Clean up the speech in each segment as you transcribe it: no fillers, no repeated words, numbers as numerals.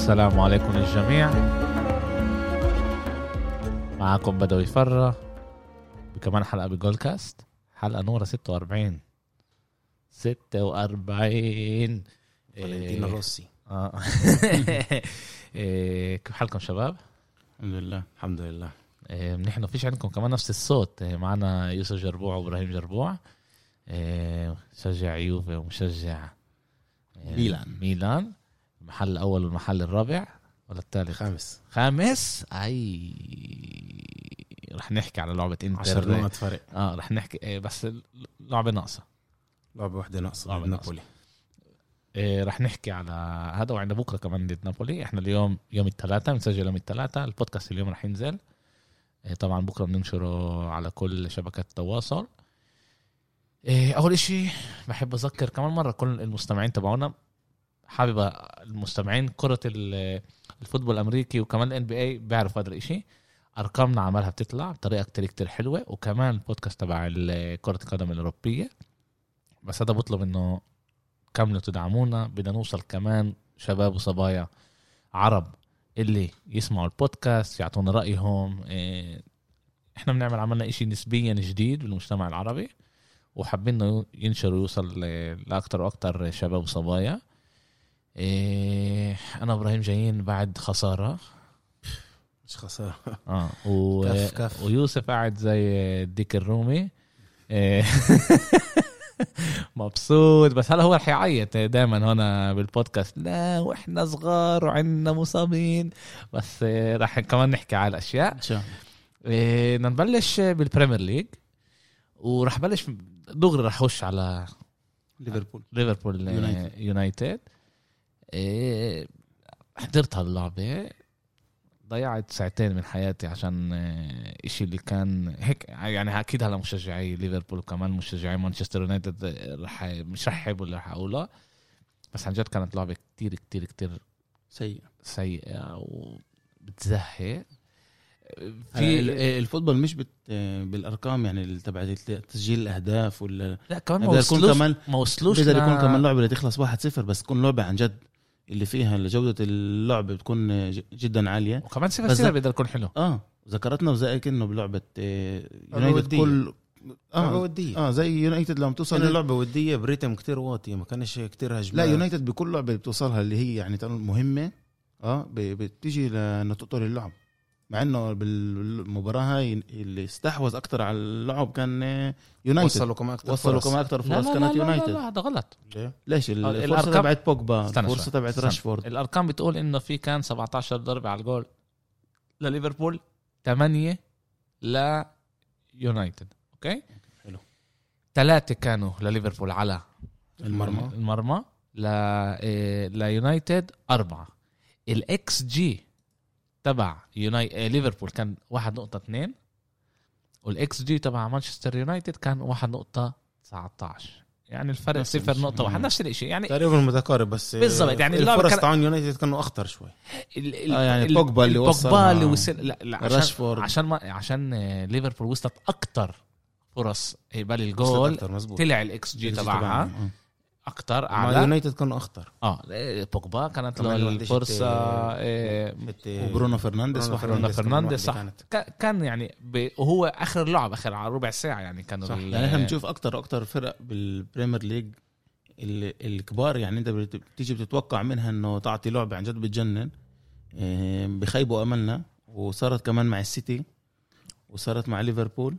السلام عليكم الجميع. معكم بدوي فرة بكمان حلقة بجول كاست، حلقة نورة 46 فالنتينو روسي. كيف حالكم شباب؟ الحمد لله. نحن فيش عندكم كمان نفس الصوت. معنا يوسف جربوع وإبراهيم جربوع، مشجع يوفي ومشجع ميلان. المحل الأول والمحل الرابع ولا الثالث؟ خامس. رح نحكي على لعبة انتر 10 نقط فرق. رح نحكي بس لعبة ناقصة، لعبة واحدة ناقصة ضد نابولي. رح نحكي على هذا، وعندنا بكرة كمان ضد نابولي. احنا اليوم يوم الثلاثاء، بنسجل يوم الثلاثاء. البودكاست اليوم رح ينزل طبعا بكرة، بننشره على كل شبكات التواصل. أول إشي بحب أذكر كمان مرة كل المستمعين تبعونا، حابب المستمعين كرة الفوتبول الأمريكي وكمان ال NBA بيعرفوا هذا الإشي. أرقامنا عمالها بتطلع بطريقة كتير حلوة، وكمان البودكاست تبع كرة القدم الأوروبية. بس هذا بطلب إنه كملوا تدعمونا، بدنا نوصل كمان شباب وصبايا عرب اللي يسمعوا البودكاست يعطونا رأيهم. إحنا بنعمل عملنا إشي نسبيا جديد بالمجتمع العربي، وحابين إنه ينشر ويوصل لأكتر وأكتر شباب وصبايا. أنا إبراهيم جايين بعد خسارة، مش خسارة. كف. ويوسف قاعد زي الديك الرومي مبسوط. بس هلا هو رح يعيط دائما هنا بالبودكاست، لا وإحنا صغار وعندنا مصابين. بس رح كمان نحكي على الأشياء. نبلش بالبريمير ليج، ورح بلش دغري رح أخش على ليفربول يونايتد. حضرت هاللعبة، ضيعت ساعتين من حياتي عشان إشي اللي كان هيك. يعني أكيد هلا مشجعي ليفربول وكمان مشجعي مانشستر يونايتد مش رح يحبوا اللي رح أقوله، بس عن جد كانت لعبة كتير سيئة وبتزهق. في الفوتبول مش بالارقام، يعني تبع تسجيل الاهداف ولا لا، كمان ما وصلوش بده يكون كمان لعبه اللي تخلص 1-0، بس تكون لعبه عن جد اللي فيها جوده اللعبه بتكون جدا عاليه، وكمان 0-0 بده يكون حلو. ذكرتنا وزيك انه بلعبه يونايتد كل ودية. زي يونايتد لما توصل لعبه وديه بريتم كتير واطي، ما كانش كتير هجمات. لا، يونايتد بكل لعبه بتوصلها اللي هي يعني مهمه بتيجي لانه تطول اللعب، مع انه بالمباراه هاي اللي استحوذ اكتر على اللعب كان يونايتد. وصلوا كمان اكتر فرص كانت يونايتد. لا هذا غلط. ليش؟ الفرصه تبعت بوجبا، الفرصه تبعت راشفورد. الارقام بتقول انه في كان 17 ضربه على الجول لليفربول، 8 ليونايتد. اوكي حلو. 3 كانوا لليفربول على المرمى ليونايتد 4. الاكس جي تبع ليفربول كان 1.2، والاكس جي تبع مانشستر يونايتد كان 1.19. يعني الفرق 0.1، نفس الشيء يعني تقريبا متقارب. بس بالضبط يعني الفرص تاع يونايتد كانوا اخطر شوي. يعني بوجبا اللي وصل لا راشفورد، عشان ليفربول وصلت اكتر فرص قبل الجول، طلع الاكس جي تبعها اكتر على يونايتد كانوا اخطر. بوجبا كانت له الفرصه وبرونو فرنانديز صح. كان يعني وهو اخر لعب اخر على ربع ساعه يعني كانوا يعني احنا بنشوف اكتر فرق بالبريمير ليج الكبار، يعني انت بتيجي بتتوقع منها انه تعطي لعبه عن جد بتجنن، بخيبوا املنا. وصارت كمان مع السيتي وصارت مع ليفربول،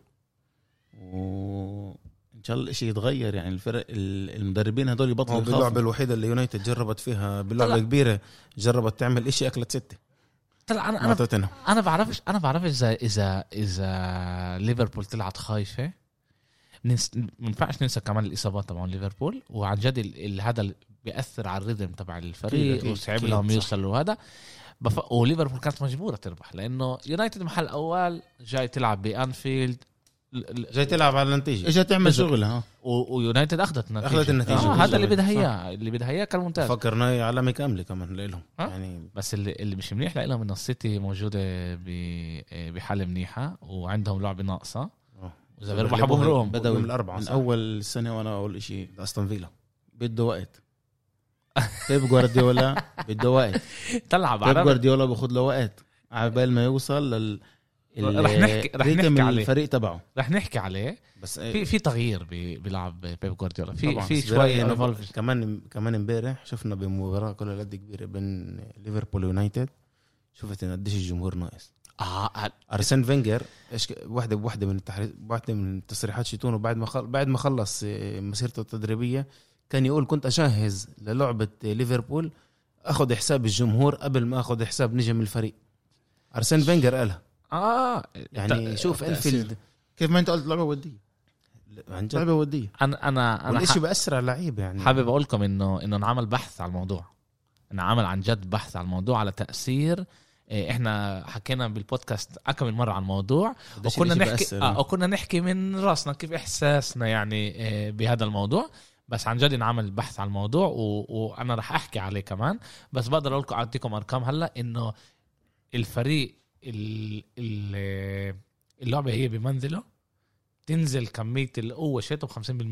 وإن شاء الله الشيء يتغير. يعني الفرق المدربين هدول يبطلوا يخافوا. اللعبة الوحيدة اللي يونايتد جربت فيها باللعبة كبيرة، جربت تعمل إشي أكلت 6. طلع أنا بعرفش إذا ليفربول طلعت خايفة. ما ينفعش ننسى كمان الإصابات طبعا ليفربول، وعن جد هذا بيأثر على الريتم تبع الفريق وصعب لهم يوصلوا هذا. وليفربول كانت مجبورة تربح لأنه يونايتد محل أول جاي تلعب بأنفيلد، جاي تلعب على النتيجة، اجى تعمل شغلها. ويونايتد اخذت النتيجة. هذا اللي بدها اياه كان ممتاز. فكرنا عالمي كامله كمان لهم يعني. بس اللي مش منيح لهم ان السيتي موجوده بحاله منيحه وعندهم لعبه ناقصه، واذا بيربحوا بمرقهم بدأوا من 4 من اول السنه. وانا اول شيء استون فيلا بده وقت. بيب جوارديولا بده وقت. تلعب بيب جوارديولا باخد له وقت عبال ما يوصل رح نحكي عليه الفريق تبعه. رح نحكي عليه. بس في تغيير بيلعب بيب جوارديولا طبعاً. في بس شويه برأيي involved. كمان امبارح شفنا بمباراة كلها قد كبيرة بين ليفربول ويونايتد، شفت ان قديش الجمهور ناقص. ارسن فينجر ايش واحدة من التصريحات شيتونه بعد ما خلص مسيرته التدريبية كان يقول كنت أجهز للعبة ليفربول أخذ حساب الجمهور قبل ما أخذ حساب نجم الفريق. أرسن فينجر قالها. يعني شوف أنفيلد كيف ما أنت قلت لعبة ودية، عن جد لعبة ودية. انا والإشي بأسر على اللعيبة. يعني حابب اقول لكم انه نعمل بحث على الموضوع، نعمل عن جد بحث على الموضوع على تأثير. احنا حكينا بالبودكاست اكم من مرة عن الموضوع وكنا نحكي من راسنا كيف احساسنا يعني بهذا الموضوع. بس عن جد نعمل بحث على الموضوع وانا رح احكي عليه كمان. بس بقدر اقول لكم اعطيكم ارقام هلا انه الفريق اللعبة هي بمنزله تنزل كمية القوة شيته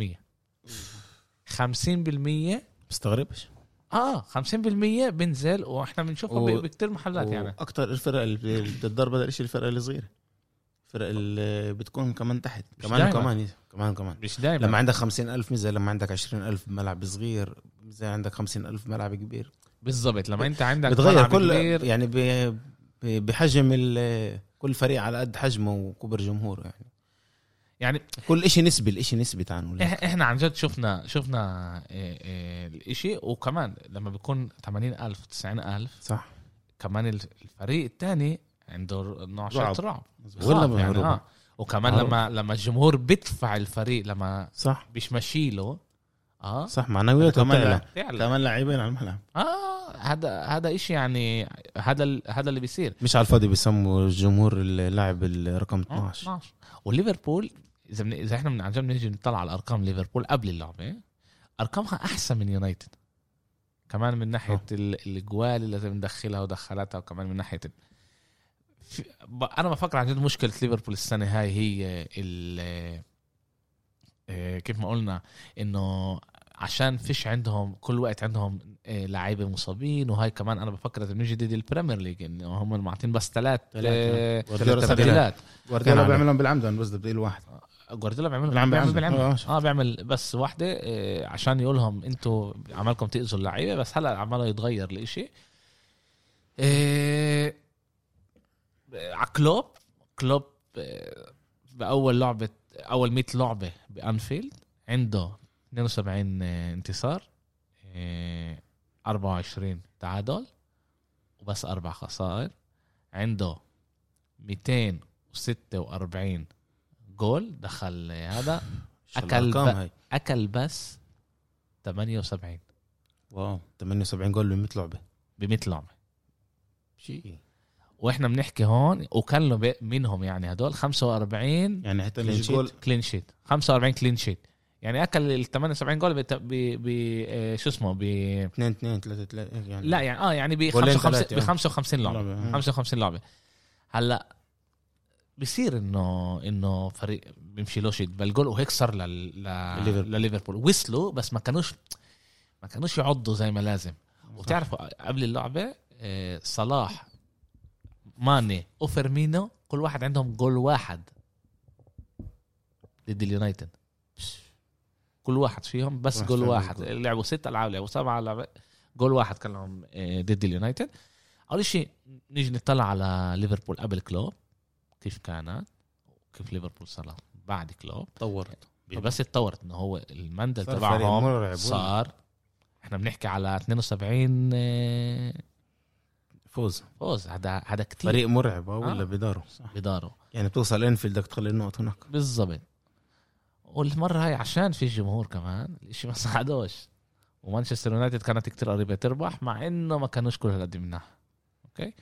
50%. مستغربش 50% بنزل واحنا بنشوفه بكتير محلات. يعني اكتر الفرق اللي بتتضرب هذا الشيء الفرق الصغيرة، الفرق اللي بتكون كمان تحت كمان مش دايما. لما عندك 50,000 ميزة، لما عندك 20,000 ملعب صغير زي عندك 50,000 ملعب كبير. بالضبط. لما انت عندك بتغير كل كبير يعني بحجم كل فريق على قد حجمه وكبر جمهور. يعني كل إشي نسبي، الإشي نسبي عنه. احنا عن جد شفنا الإشي. وكمان لما بيكون 80,000 90,000 صح، كمان الفريق الثاني عنده نوع رعب ولا يعني وكمان لما الجمهور بيدفع الفريق لما صح مش ماشيله صح معنوياته كمان لاعبين على الملعب. هذا إشي يعني هذا اللي بيصير. مش على الفاضي بيسموا الجمهور اللاعب الرقم 12. وليفربول إذا احنا عن جد نيجي نطلع على أرقام ليفربول قبل اللعبة، أرقامها أحسن من يونايتد كمان من ناحية الجوال اللي لازم ندخلها ودخلتها، وكمان من ناحية أنا بفكر عن جد مشكلة ليفربول السنة هاي هي كيف ما قلنا إنه عشان فيش عندهم كل وقت عندهم لاعيبه مصابين. وهاي كمان انا بفكر اذا بنيجي ضد البريمير ليج انه هم معطين بس 3 تبديلات. جوارديولا بيعملهم بالعمد بس تبديل واحد. جوارديولا بيعمل بس واحده عشان يقولهم انتوا عملكم تأذوا اللعيبه. بس هلا عماله يتغير الاشي. كلوب باول لعبه اول 100 لعبه بانفيلد عنده 72 انتصار، 24 تعادل وبس 4 خسائر. عنده 246 جول دخل. هذا أكل بس 78. واو 78 جول ب100 لعبة شيء. واحنا بنحكي هون وكان له منهم يعني هدول 45 يعني حتى كلين شيت 45 كلين شيت. يعني اكل ال 78 جول شو اسمه ب 2 3 يعني لا يعني ب 55 لعبه 55 لعبه. هلا بيصير انه فريق بيمشي له شيء بالجول وهيك صار لليفربول. وصلوا بس ما كانوش يعضوا زي ما لازم. وتعرفوا قبل اللعبه صلاح ماني وفيرمينو كل واحد عندهم جول واحد ضد اليونايتد. كل واحد فيهم بس جول واحد. لعبوا 6 ألعاب لعبوا 7 ألعاب جول واحد كان لهم ضد اليونايتد. أول شيء نيجي نطلع على ليفربول قبل كلوب كيف كانت وكيف ليفربول صار بعد كلوب. طورت بس اتطورت انه هو المندل تبعهم صار. احنا بنحكي على 72 فوز. هذا كتير فريق مرعب ولا بداره يعني بتوصل انفيلد بدك تخلي النقط هناك بالضبط. والمرة هاي عشان في جمهور كمان الاشي ما صعدوش. ومانشستر يونايتد كانت كتير قريبة تربح مع انه ما كانوش كل هالقد منها. اوكي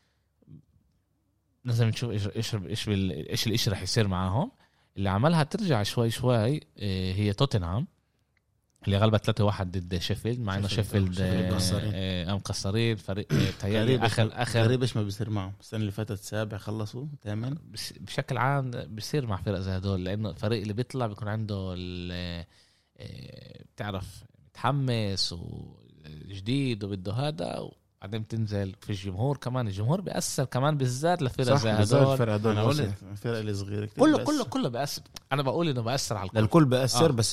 لازم نشوف ايش الاشي رح يصير معاهم. اللي عملها ترجع شوي هي توتنهام اللي غلبت 3-1 ضد شيفيلد مع انه شيفيلد مقصرين فريق تهيألي اخر غريب ايش ما بيصير معهم. السنه اللي فاتت 7 خلصوا 8. بشكل عام بيصير مع فرق زي هدول لانه الفريق اللي بيطلع بيكون عنده بتعرف متحمس جديد وبده هذا، وبعدين تنزل في الجمهور كمان. الجمهور بيأثر كمان بالذات لفرق زي هذول. الفرق انا هذول قلت الفرق الصغيره كتير كله بيأثر. انا بقول انه بيأثر على الكل. الكل بيأثر. بس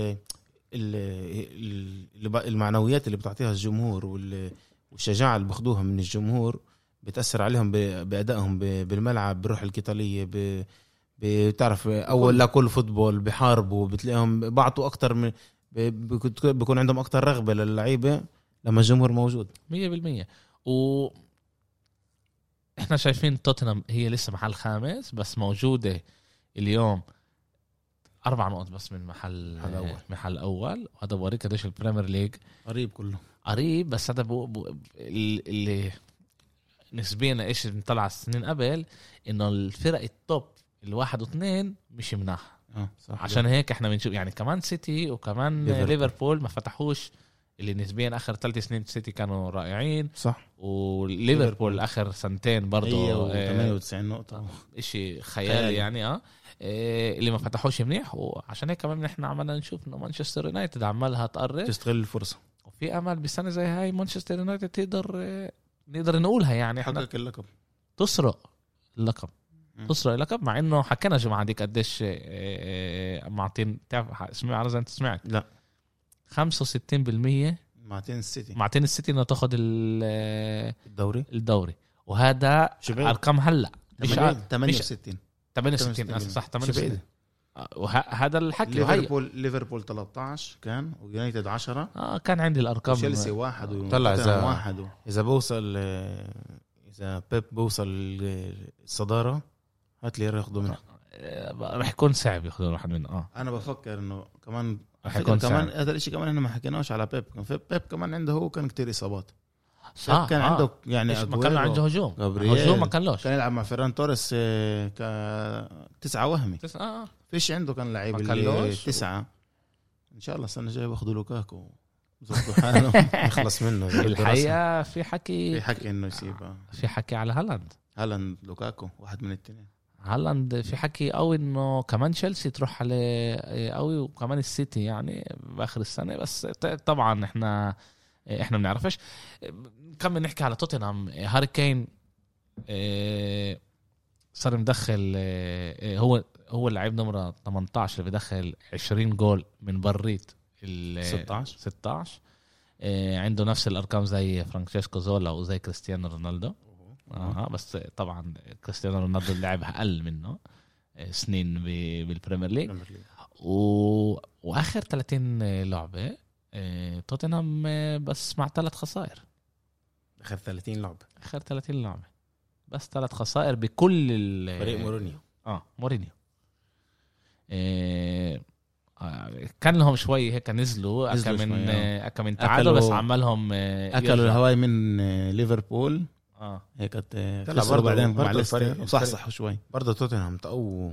المعنويات اللي بتعطيها الجمهور والشجاعة اللي بياخدوها من الجمهور بتأثر عليهم بأدائهم بالملعب، بروح القتالية. بتعرف أول لكل فوتبول بحاربوا، بتلاقيهم بعطوا أكتر من بيكون عندهم أكتر رغبة للعيبة لما الجمهور موجود 100%. احنا شايفين توتنهام هي لسه محل خامس بس موجودة اليوم 4 نقط بس من محل أول. وهذا بوريك قديش البريمير ليج قريب، كله قريب. بس هذا اللي نسبيا ايش نطلع السنين قبل انه الفرق التوب 1 و2 مش مناح. صح. عشان هيك احنا بنشوف يعني كمان سيتي وكمان ليفربول ما فتحوش، اللي نسبيا اخر 3 سنين سيتي كانوا رائعين. صح. وليفربول اخر سنتين برضو 98 نقطة اشي خيالي يعني اللي ما فتحوش منيح. وعشان هيك كمان احنا عملنا نشوف انه مانشستر يونايتد عمالها تقرب تستغل الفرصة، وفي امل بسنة زي هاي مانشستر يونايتد نقدر نقولها يعني احنا حقق اللقب، تسرق اللقب. مع انه حكينا جماعة ديك قديش معطين. تعرف اسمع على زي انت سمعت؟ لا 65% معتين السيتي انه تاخذ الدوري. وهذا ارقام هلا مش 68 صح 68. وهذا الحكي. ليفربول 13 كان، ويونايتد 10. كان عندي الارقام. تشيلسي 1 طلع اذا بوصل اذا بيب بوصل الصدارة هات لي ياخذوا منه. راح يكون صعب ياخذوا واحد منه. انا بفكر انه كمان كمان هذا الشيء كمان احنا ما حكيناش على بيب كمان عنده هو كان كتير اصابات. صح. كان عنده يعني ما كان عنده هجوم ما كانلوش. كان يلعب مع فيران توريس 9 وهمي. فيش عنده كان لعيب اللي 9. ان شاء الله السنه الجايه باخذوا لوكاكو زودوا حالهم يخلص منه. الحقيقه في حكي انه يسيبها. في حكي على هالاند لوكاكو واحد من الاثنين. هالاند في حكي قوي انه كمان تشيلسي تروح عليه قوي، وكمان السيتي يعني باخر السنه. بس طبعا احنا بنعرفش. نكمل نحكي على توتنهام. هاري كين صار مدخل. هو اللاعب نمرة 18 اللي بدخل 20 جول من بريت 16. عنده نفس الارقام زي فرانشيسكو زولا وزي كريستيانو رونالدو. بس طبعا كريستيانو رونالدو لعب اقل منه سنين بالبريمير ليج. واخر 30 لعبه توتنهام بس مع 3 خسائر. اخر 30 لعبه بس 3 خسائر بكل فريق مورينيو. مورينيو كان لهم شوي هيك نزلوا من تعادل، بس عملهم اكلوا الهواي من ليفربول. هيك خسروا بعدين مع ليستر وصحصحوا شوي. برضه توتنهام تقووا.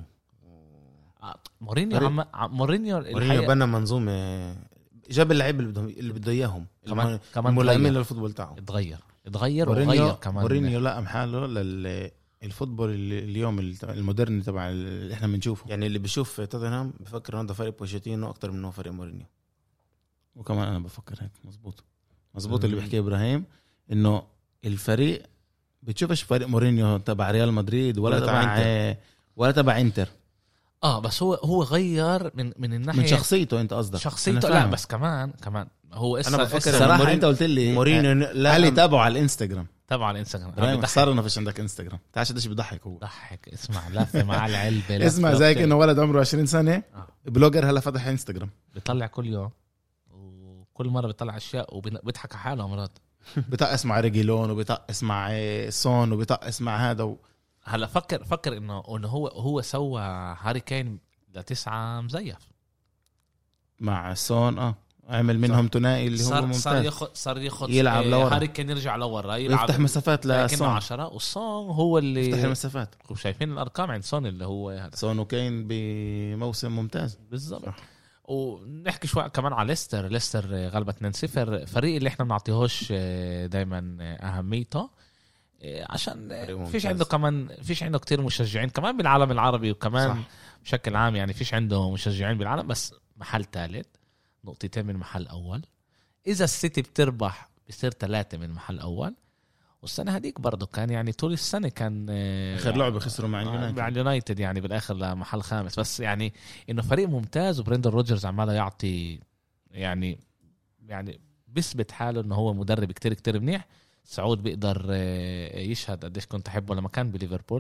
مورينيو بنى منظومه، جاب اللعيبه اللي بده اياهم، كمان ملائمين للفوتبول تاعه. اتغير وغير كمان. مورينيو لقم حاله للفوتبول اليوم المودرن تبع اللي احنا بنشوفه. يعني اللي بيشوف توتنهام بفكر انه فريق بوشيتينو اكتر من انه فريق مورينيو. وكمان انا بفكر هيك. مزبوط اللي بيحكيه ابراهيم، انه الفريق بتشوفش فريق مورينيو تبع ريال مدريد ولا تبع انتر. بس هو غير من الناحيه من شخصيته. انت قصدك شخصيته؟ لا بس كمان هو انا بفكر صراحه انت قلت لي مورينيو لا تابعه على الانستغرام. صار انه فيش عندك انستغرام. تعال قديش بضحك هو. ضحك. اسمع لافه مع العلبه. اسمع زيك انه ولد عمره 20 سنه بلوجر هلا فتح انستغرام، بيطلع كل يوم وكل مره بيطلع اشياء وبيضحك على حاله مرات. بتقس مع ريجيلون وبتقس مع سون وبتقس مع هذا هلا فكر انه هو سوى هاري كين ل9 مزيف مع سون. عمل منهم ثنائي اللي هو ممتاز. صار ياخذ يلعب لورا. هاري كين يرجع لورا يفتح مسافات لسون 10. والسون هو اللي يفتح المسافات. وشايفين الارقام عند سون اللي هو هذا. سون وكين بموسم ممتاز بالضبط. ونحكي شوي كمان على ليستر غلبة 2-0. فريق اللي احنا بنعطيهوش دايما اهميته، عشان فيش عنده كتير مشجعين كمان بالعالم العربي، وكمان صح. بشكل عام يعني فيش عنده مشجعين بالعالم. بس محل ثالث 2 نقطة من محل اول. اذا السيتي بتربح بصير 3 من محل اول. والسنه هذيك برضه كان يعني طول السنه كان اخر لعبه خسروا مع اليونايتد يعني بالاخر لمحل خامس. بس يعني انه فريق ممتاز وبريندر روجرز عماله يعطي يعني بيثبت حاله انه هو مدرب كتير كتير منيح. سعود بيقدر يشهد قديش كنت احبه لما كان بليفربول.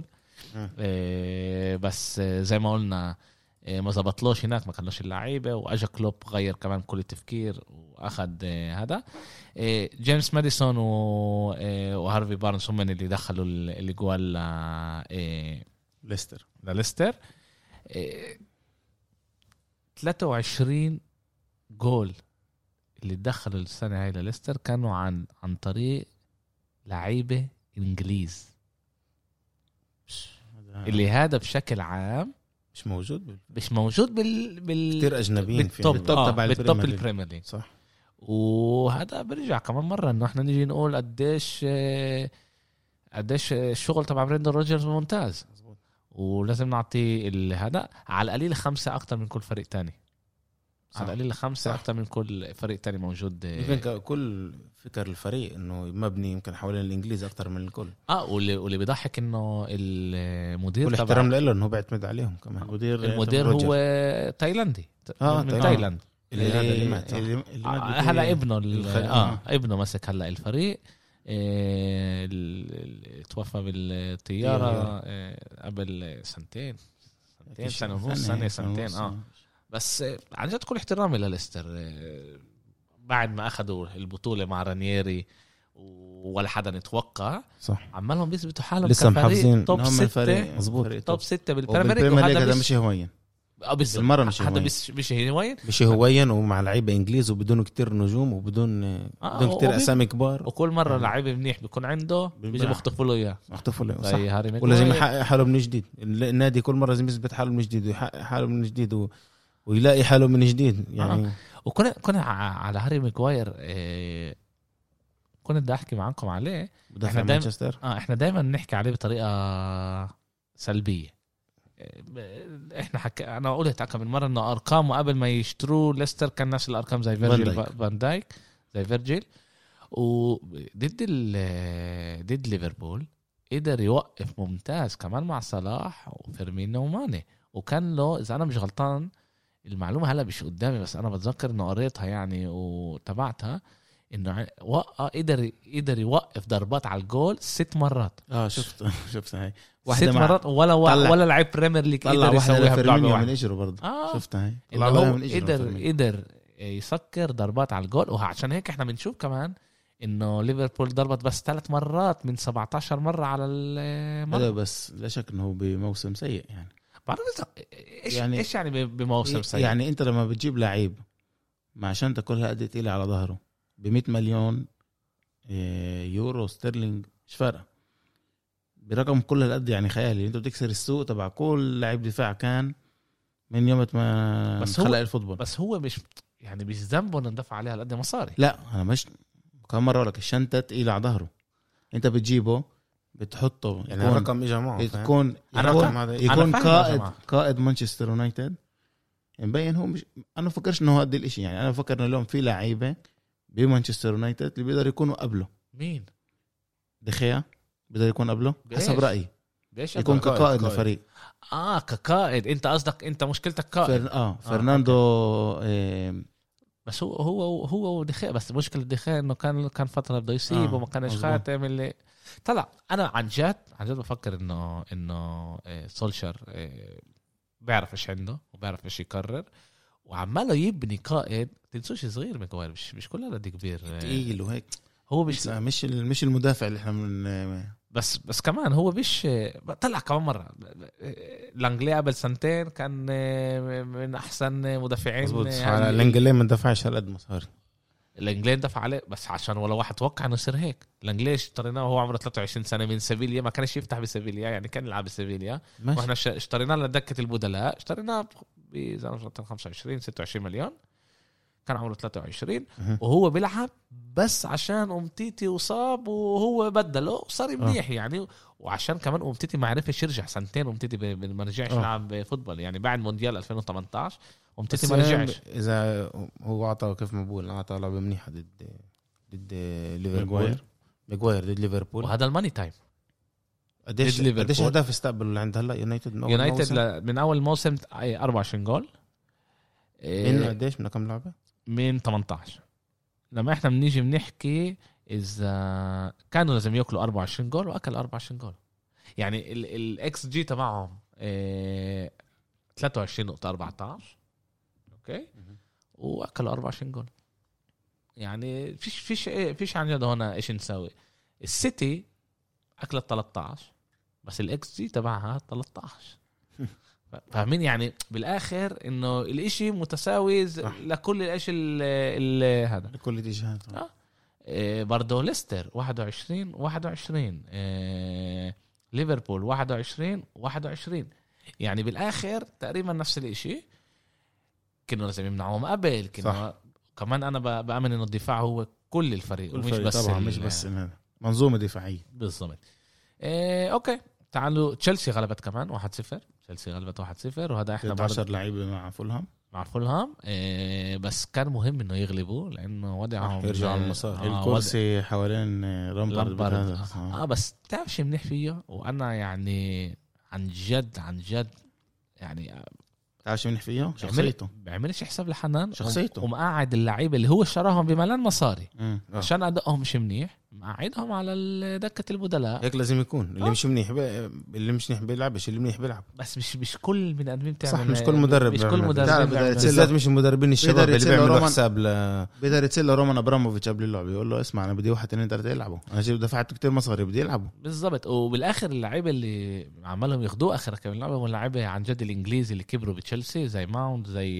بس زي ما قلنا ما زبطلوش هناك، ما كانوش اللعيبه، واجا كلوب غير كمان كل التفكير واخد هذا. جيمس ماديسون وهارفي بارنز هم اللي دخلوا اللي جوال ليستر 23 جول اللي دخلوا السنه هاي لليستر كانوا عن طريق لعيبه انجليز، اللي هذا بشكل عام مش موجود كتير اجنبيين بالتوب تبع البريمير ليج. صح. وهذا برجع كمان مره انه احنا نيجي نقول قديش الشغل تبع بريندر روجرز ممتاز. ولازم نعطي هذا على القليل 5 اكتر من كل فريق تاني. على القليل 5 اكتر من كل فريق تاني موجود. يمكن كل فكر الفريق انه مبني يمكن حوالين الانجليز اكتر من الكل. واللي بيضحك انه المدير والاحترام له انه بيعتمد عليهم كمان. المدير هو تايلاندي من تايلاند اللي مات هلا ابنه ابنه مسك هلا الفريق. توفى بالطياره قبل سنتين سنه ونص سنتين بس عن جد كل احترامي لليستر بعد ما اخذوا البطوله مع رانييري ولا حدا نتوقع. صح. عمالهم بيثبتوا حالهم لسه محافظين توب 6 مظبوط توب 6 بالبريمير ليج. هذا مش هوين المره مش هوين ومع لعيبه انجليز وبدون كتير نجوم وبدون كتير اسامي كبار. وكل مره لعيبه منيح بيكون عنده بيجي بيخطفوا له اياه ولازم يحقق حاله من جديد. النادي كل مره لازم يثبت حاله من جديد ويحقق حاله من جديد ويلاقي حاله من جديد يعني. وكنا على هاري ماغواير كنت بدي احكي معكم عليه. احنا دايما نحكي عليه بطريقه سلبيه. احنا انا قلت اكم من مره انه ارقامه قبل ما يشتروا ليستر كان نفس الارقام زي فيرجيل فان دايك زي فيرجيل. وضد ضد ليفربول قدر يوقف ممتاز كمان مع صلاح وفيرمينو وماني. وكان له اذا انا مش غلطان المعلومه هلا مش قدامي بس انا بتذكر انه قريتها يعني وتبعتها انه قدر يوقف ضربات على الجول 6 مرات. شفت هاي 6 مرات ولا لعيب بريمير ليج قدر يسويها بلعبه واحده. من اجره برضه شفتها هاي قدر يسكر ضربات على الجول. وعشان هيك احنا بنشوف كمان انه ليفربول ضربت بس 3 مرات من 17 مره على المرة. بس لا شك انه بموسم سيء يعني. ايش يعني بموسم سيء يعني انت لما بتجيب لعيب مع شنطه كلها قد تقيله على ظهره ب100 مليون يورو استرلينج مش فارقه برقم كل القد يعني خيالي. انت بتكسر السوق تبع كل لاعب دفاع كان من يوم ما خلق الفوتبول. بس هو مش ذنبه انه ندفع عليها قد مصاري. لا انا مش كم مره لك الشنطه تقيله على ظهره انت بتجيبه بتحطه يعني الرقم اجى معه يكون قائد مانشستر يونايتد مبين. هو مش انا فكرش انه هذا الاشي يعني. انا فكر انه اليوم في لعيبه بمانشستر يونايتد اللي بيقدر يكونوا قبله. مين؟ دخيا بيقدر يكون قبله حسب رايي. يكون كقائد لفريق. كقائد. انت قصدك انت مشكلتك قائد. فرناندو بس هو ودخيا. بس مشكلة دخيا انه كان فترة بده يسيب وما كانش خاتم اللي طلع. انا عن جد بفكر انه سولشر بيعرف ايش عنده وبيعرف ايش يكرر وعماله يبني قائد. تنسوش صغير ماغواير مش كل هذا كبير تقيل وهيك. هو مش المدافع اللي احنا من بس كمان هو مش طلع كمان مرة الانجلي قبل 2 سنين كان من احسن مدافعين. يعني الانجلي ما دفعش على قد مصاري. الانجلي دفع عليه بس عشان ولا واحد توقع انه يصير هيك. الانجلي اشتريناه وهو عمره 23 سنه من سيفيليا. ما كانش يفتح بسيفيليا يعني كان يلعب بسيفيليا. واحنا اشتريناه لدكه البدلاء. اشتريناه ب 25 26 مليون. كان عمره 23 وهو بيلعب بس عشان أمتيتي وصاب وهو بدله وصار منيح يعني. وعشان كمان أمتيتي ما عرفش يرجع 2 سنين. أمتيتي ما رجعش يلعب فوتبول يعني بعد مونديال 2018 ومتيتي ما رجعش. اذا هو اعطى كيف ما بقول اعطى لعبه منيحه ضد ليفربول ماجواير ضد ليفربول. وهذا الماني تايم. قديش اهداف استقبلوا اللي عند هلا يونايتد من اول موسم 24 جول. من قديش من كم لعبه؟ من 18. لما احنا بنيجي بنحكي اذا كانوا لازم ياكلوا 24 جول واكل 24 جول. يعني الاكس جي تبعهم 23.14 اوكي واكلوا 24 جول. يعني فيش عن جد هنا ايش نسوي. السيتي اكلت 13 بس الاكس جي تبعها 13. فاهمين يعني بالاخر انه الاشي متساوي لكل الاشي هذا لكل الجهات. برضو ليستر 21 ليفربول 21 يعني بالاخر تقريبا نفس الاشي. كانوا لازم يمنعوهم قبل كمان انا بامن انه الدفاع هو كل الفريق ومش بس طبعا مش بس منظومه دفاعيه بالضبط. اوكي تعالوا تشيلسي غلبت كمان 1-0. تشيلسي غلبت 1-0 وهذا احنا 10 لعيبه مع فولهام بس كان مهم انه يغلبوا لانه وضعهم يرجعوا على المسار. الكرسي حوالين رامبارد بس تعرف شيء منيح فيه وانا يعني عن جد يعني تعرف شيء منيح فيه شخصيته. بيعملش حساب لحنان شخصيته ومقاعد اللعيبه اللي هو اشتراهم بملان مصاري عشان ادائهم مش منيح مقعدهم على دكه البدلاء. هيك لازم يكون اللي مش منيح اللي مش منيح بيلعبش اللي منيح بيلعب. بس مش كل من ادمين بتعمل. صح مش كل مدرب بالذات مش المدربين الشباب اللي بيعملوا حساب بيقدر يتصل رومان ابراموفيتش قبل اللعبه يقول له اسمع انا بدي 1 2 3 يلعبوا انا جيب دفعت كتير مصاري بدي يلعبوا بالضبط. وبالاخر اللعيبه اللي عملهم ياخدوه اخر كم لعبه واللعيبه عن جد الانجليزي اللي كبروا بتشيلسي زي ماونت زي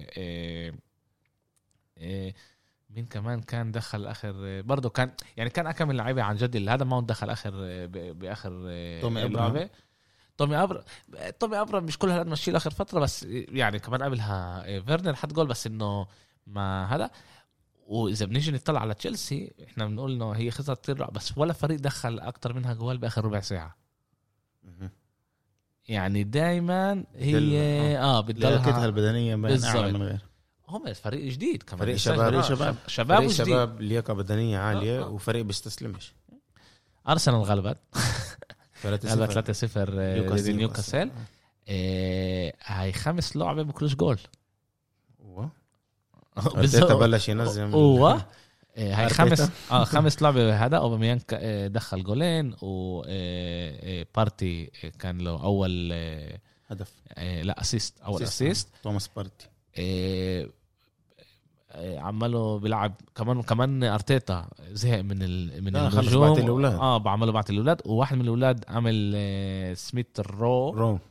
مين كمان كان دخل اخر برضه كان يعني كان اكمل اللعيبه عن جد اللي هذا ماونت دخل اخر باخر تومي ابرا مش كل هالقد ماشي اخر فتره بس يعني كمان قبلها فيرنر حط جول بس انه ما هذا. واذا بنيجي نطلع على تشيلسي احنا بنقول انه هي خسرت كتير بس ولا فريق دخل اكتر منها جوال باخر ربع ساعه. يعني دايما هي بتضلها البدنيه بين اعلى من غير. هم الفريق جديد كمان فريق شباب لياقه بدنيه عاليه وفريق بيستسلمش. ارسنال غلبت 3-0 نيوكاسل. هاي 5 لعبه بكلوش جول. بالضبط بلش ينزل هاي 5 لعبه هذا اوباميانج دخل جولين وبارتي كان له اول هدف لا اسيست اول اسيست توماس بارتي. عمله بيلعب كمان ارتيتا زهق من الهجوم بعمله بعت الاولاد وواحد من الاولاد عمل سميث رو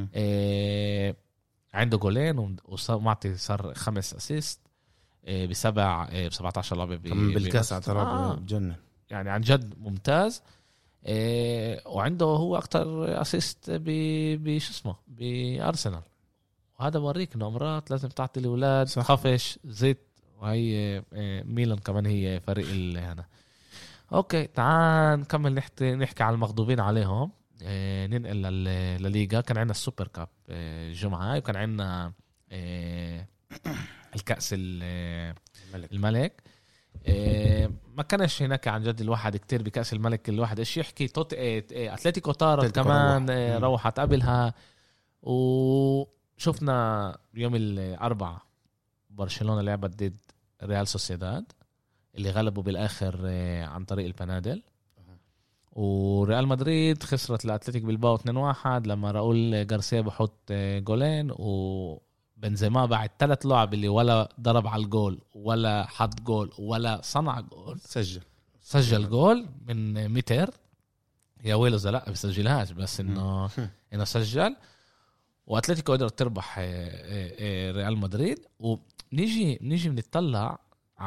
عنده جولين ومعطي صار 5 اسيست ب17 لعبه بالكاس اعتراف جنن يعني عن جد ممتاز. وعنده هو اكتر اسيست بشو اسمه بارسنال وهذا بوريك انه مرات لازم تعطي الاولاد خفش زيت. وهي ميلان كمان هي فريق هذا. اوكي تعال نكمل نحكي على المغضوبين عليهم. ننقل للليغا. كان عندنا السوبر كاب الجمعه وكان عندنا الكأس الملك. ما كانش هناك عن جد الواحد كتير بكأس الملك الواحد ايش يحكي اتلتيكو طارت كمان روحت قبلها. وشفنا يوم الأربعاء برشلونة لعبت ضد ريال سوسيداد اللي غلبوا بالآخر عن طريق البنادل. وريال مدريد خسرت لأتلتيك بالباو 2-1 لما راؤول غارسيا بحط جولين وبنزيما بعد 3 لعب اللي ولا ضرب على الجول ولا حط جول ولا صنع جول سجل جول من متر. يا ويلو لا بسجلهاش بس انه سجل. واتلتيكو قدرت تربح ريال مدريد. ونيجي بنطلع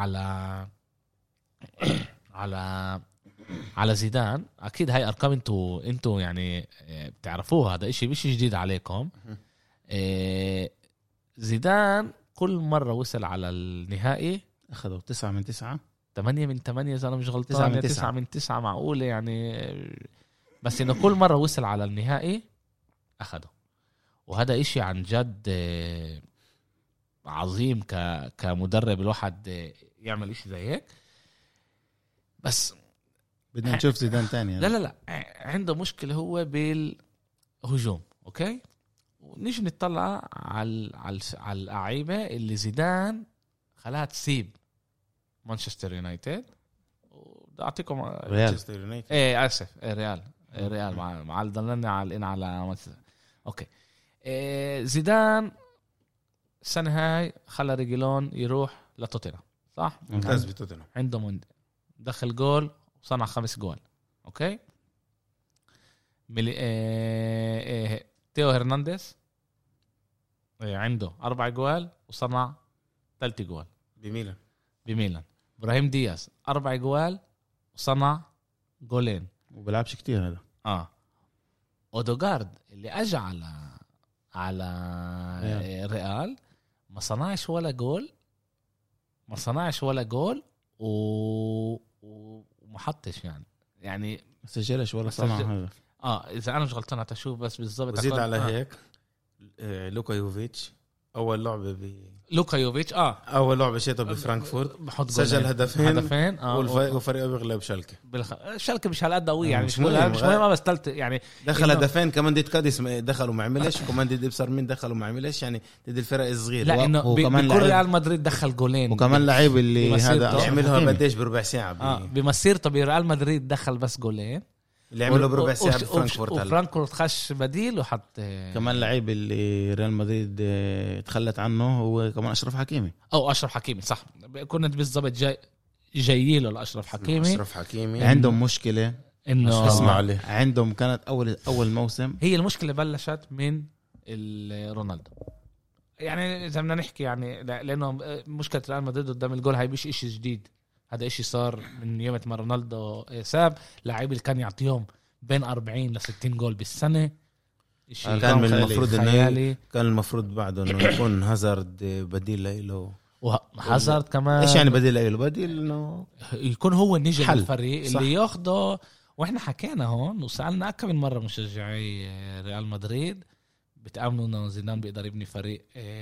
على زيدان. اكيد هاي ارقام انتوا يعني بتعرفوها هذا اشي مش جديد عليكم. زيدان كل مرة وصل على النهائي اخذوا 9 من 9 8 من 8 اذا انا مش غلطان 9 من 9 معقولة يعني. بس انه كل مرة وصل على النهائي اخذوا. وهذا اشي عن جد عظيم كمدرب الواحد يعمل إشي زي هيك. بس بدنا نشوف زيدان تاني لا لا لا عنده مشكلة هو بالهجوم. أوكي ونيجي نطلع على اللاعيبة اللي زيدان خلاها تسيب مانشستر يونايتد. وده أعطيكم مانشستر يونايتد آسف ريال مع ضلنا على مانشستر. أوكي زيدان السنة هاي خلى ريجيلون يروح لتوتنهام صح؟ ممتاز بتوتنهام عنده دخل جول وصنع 5 جول. أوكي تيو هرنانديز عنده 4 جوال وصنع 3 جوال بميلان. إبراهيم دياز 4 جوال وصنع 2 جولين وبلعبش كتير هذا. اودوغارد اللي اجى على ريال ما صنعش ولا جول وما حطش يعني سجلش ولا صنع هذا. اذا انا مش غلطان هتشوف بس بالضبط. زيد على هيك لوكا يوفيتش اول لعبه اول لعبه شيته بفرانكفورت سجل هدفين وفريقه بيغلب شالكه. شالكه مش هالقد قوي يعني مش مهم بس ثالث يعني دخل هدفين كمان ديت كاديس دخلوا ما عملش كمان ديت ابصر مين دخلوا ما عملش يعني ضد الفرق الصغيره. لا انه بكل ريال مدريد دخل جولين وكمان لعيب اللي هذا يعملها بديش بربع ساعه بمسيرته بريال مدريد دخل بس جولين اللي عمله بربع ساعه بفرانكفورت. وفرانكفورت خش بديل وحط كمان لعيب اللي ريال مدريد تخلت عنه هو كمان أشرف حكيمي. أشرف حكيمي صح كنت بالضبط جاي له لأشرف حكيمي. عندهم مشكلة إنه اسمع عليه. عندهم كانت أول موسم هي المشكلة بلشت من رونالدو يعني إذا بدنا نحكي يعني لأنه مشكلة ريال مدريد قدام الجول هاي مش إشي جديد. هذا إشي صار من يوم ما رونالدو ساب لاعب اللي كان يعطيهم بين 40 ل60 جول بالسنة. كان من المفروض إنه كان المفروض بعده إنه يكون هازارد بديل له وهازارد كمان إيش يعني بديل إنه يكون هو نجم الفريق اللي ياخده. وإحنا حكينا هون وسألنا أكثر من مرة مشجعي ريال مدريد بتأمنوا إنه زيدان بيقدر يبني فريق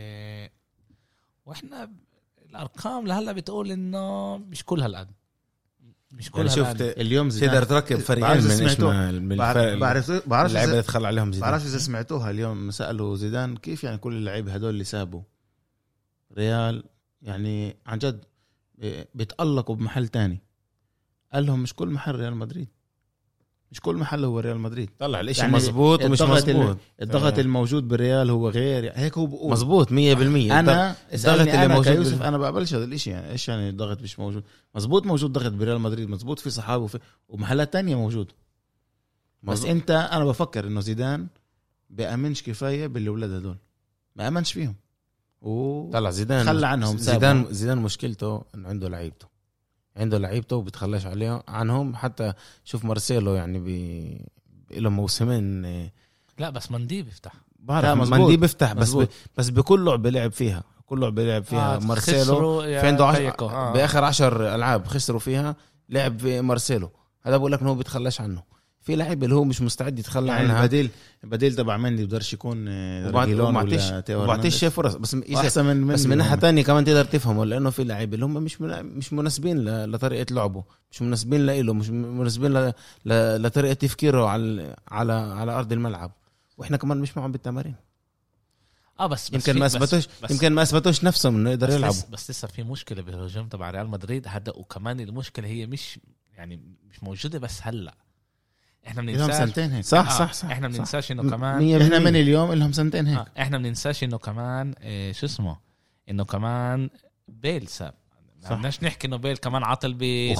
وإحنا الارقام لهلا بتقول انه مش كل هالقد مش كل يعني هالقد. اليوم تقدر تركب فريقين من بعرف اللعيبه يدخل عليهم زيدان. بعرف اذا سمعتوها اليوم سالوا زيدان كيف يعني كل اللعيبه هدول اللي سابوا ريال يعني عن جد بيتألقوا بمحل تاني. قال لهم مش كل محل ريال مدريد مش كل محل هو ريال مدريد. طلع الاشي يعني مزبوط ومش مزبوط. الضغط الموجود بالريال هو غير هيك هو بقول مزبوط 100%. انا الضغط اللي موجود يوسف انا بقبلش هذا الاشي يعني ايش يعني الضغط مش موجود مزبوط موجود ضغط بريال مدريد مزبوط في صحابه ومحلات تانية موجود بس انت انا بفكر انه زيدان بيأمنش كفاية بالولاد هدول ما أمنش فيهم طلع زيدان خلى عنهم. زيدان مشكلته انه عنده لعيبته وبتخلاش عليهم عنهم. حتى شوف مارسيلو يعني له موسمين لا بس مندي بيفتح مندي بيفتح بس بكل لعبة لعب فيها مارسيلو في عنده بآخر 10 ألعاب خسروا فيها لعب في مارسيلو. هذا بقول لك انه هو بيتخلاش عنه. في لاعب اللي هو مش مستعد يتخلى يعني عنها. بديل تبع مندي بدرش يكون وبعطيش فرص بس من ناحية تانية كمان تقدر تفهمه لأنه في لاعب اللي هم مش مناسبين لطريقة لعبه مش مناسبين له مش مناسبين لطريقة تفكيره على أرض الملعب وإحنا كمان مش معهم بالتمارين. بس يمكن ما اثبتوش نفسهم انه يقدر يلعبوا. بس لسه في مشكله بالهجوم تبع ريال مدريد هذا. وكمان المشكله هي مش موجوده بس هلا احنا بننساش سنتين هيك. صح احنا بننساش انه كمان احنا من اليوم لهم سنتين هيك. احنا بننساش انه كمان شو اسمه انه كمان بيل ساب. ما بدناش نحكي انه بيل كمان عطل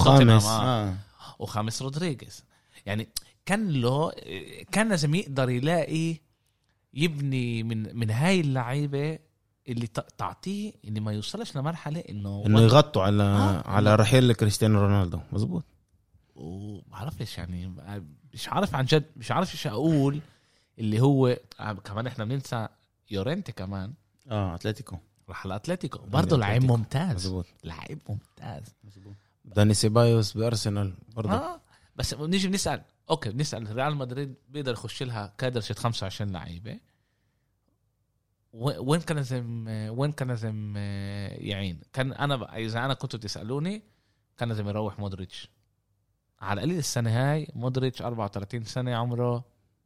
وخامس رودريغيز يعني كان لازم يقدر يلاقي يبني من هاي اللعيبه اللي تعطيه اللي ما يوصلش لمرحله انه يغطوا على رحيل كريستيانو رونالدو. مزبوط. ومعرفش يعني مش عارف عن جد مش عارف ايش اقول اللي هو كمان احنا بننسى يورنتي كمان اتلتيكو راح الاتلتيكو برضه لعيب ممتاز. مزبوط. لعيب ممتاز. مزبوط. داني سيبايوس بارسنال برضه بس نيجي بنسال بنسال ريال مدريد بيقدر يخش لها كادر 25 لعيبه وين كان لازم يعين. كان انا اذا انا كنتوا تسالوني كان لازم يروح مودريتش على القليل السنه هاي. مودريتش 34 سنه عمره،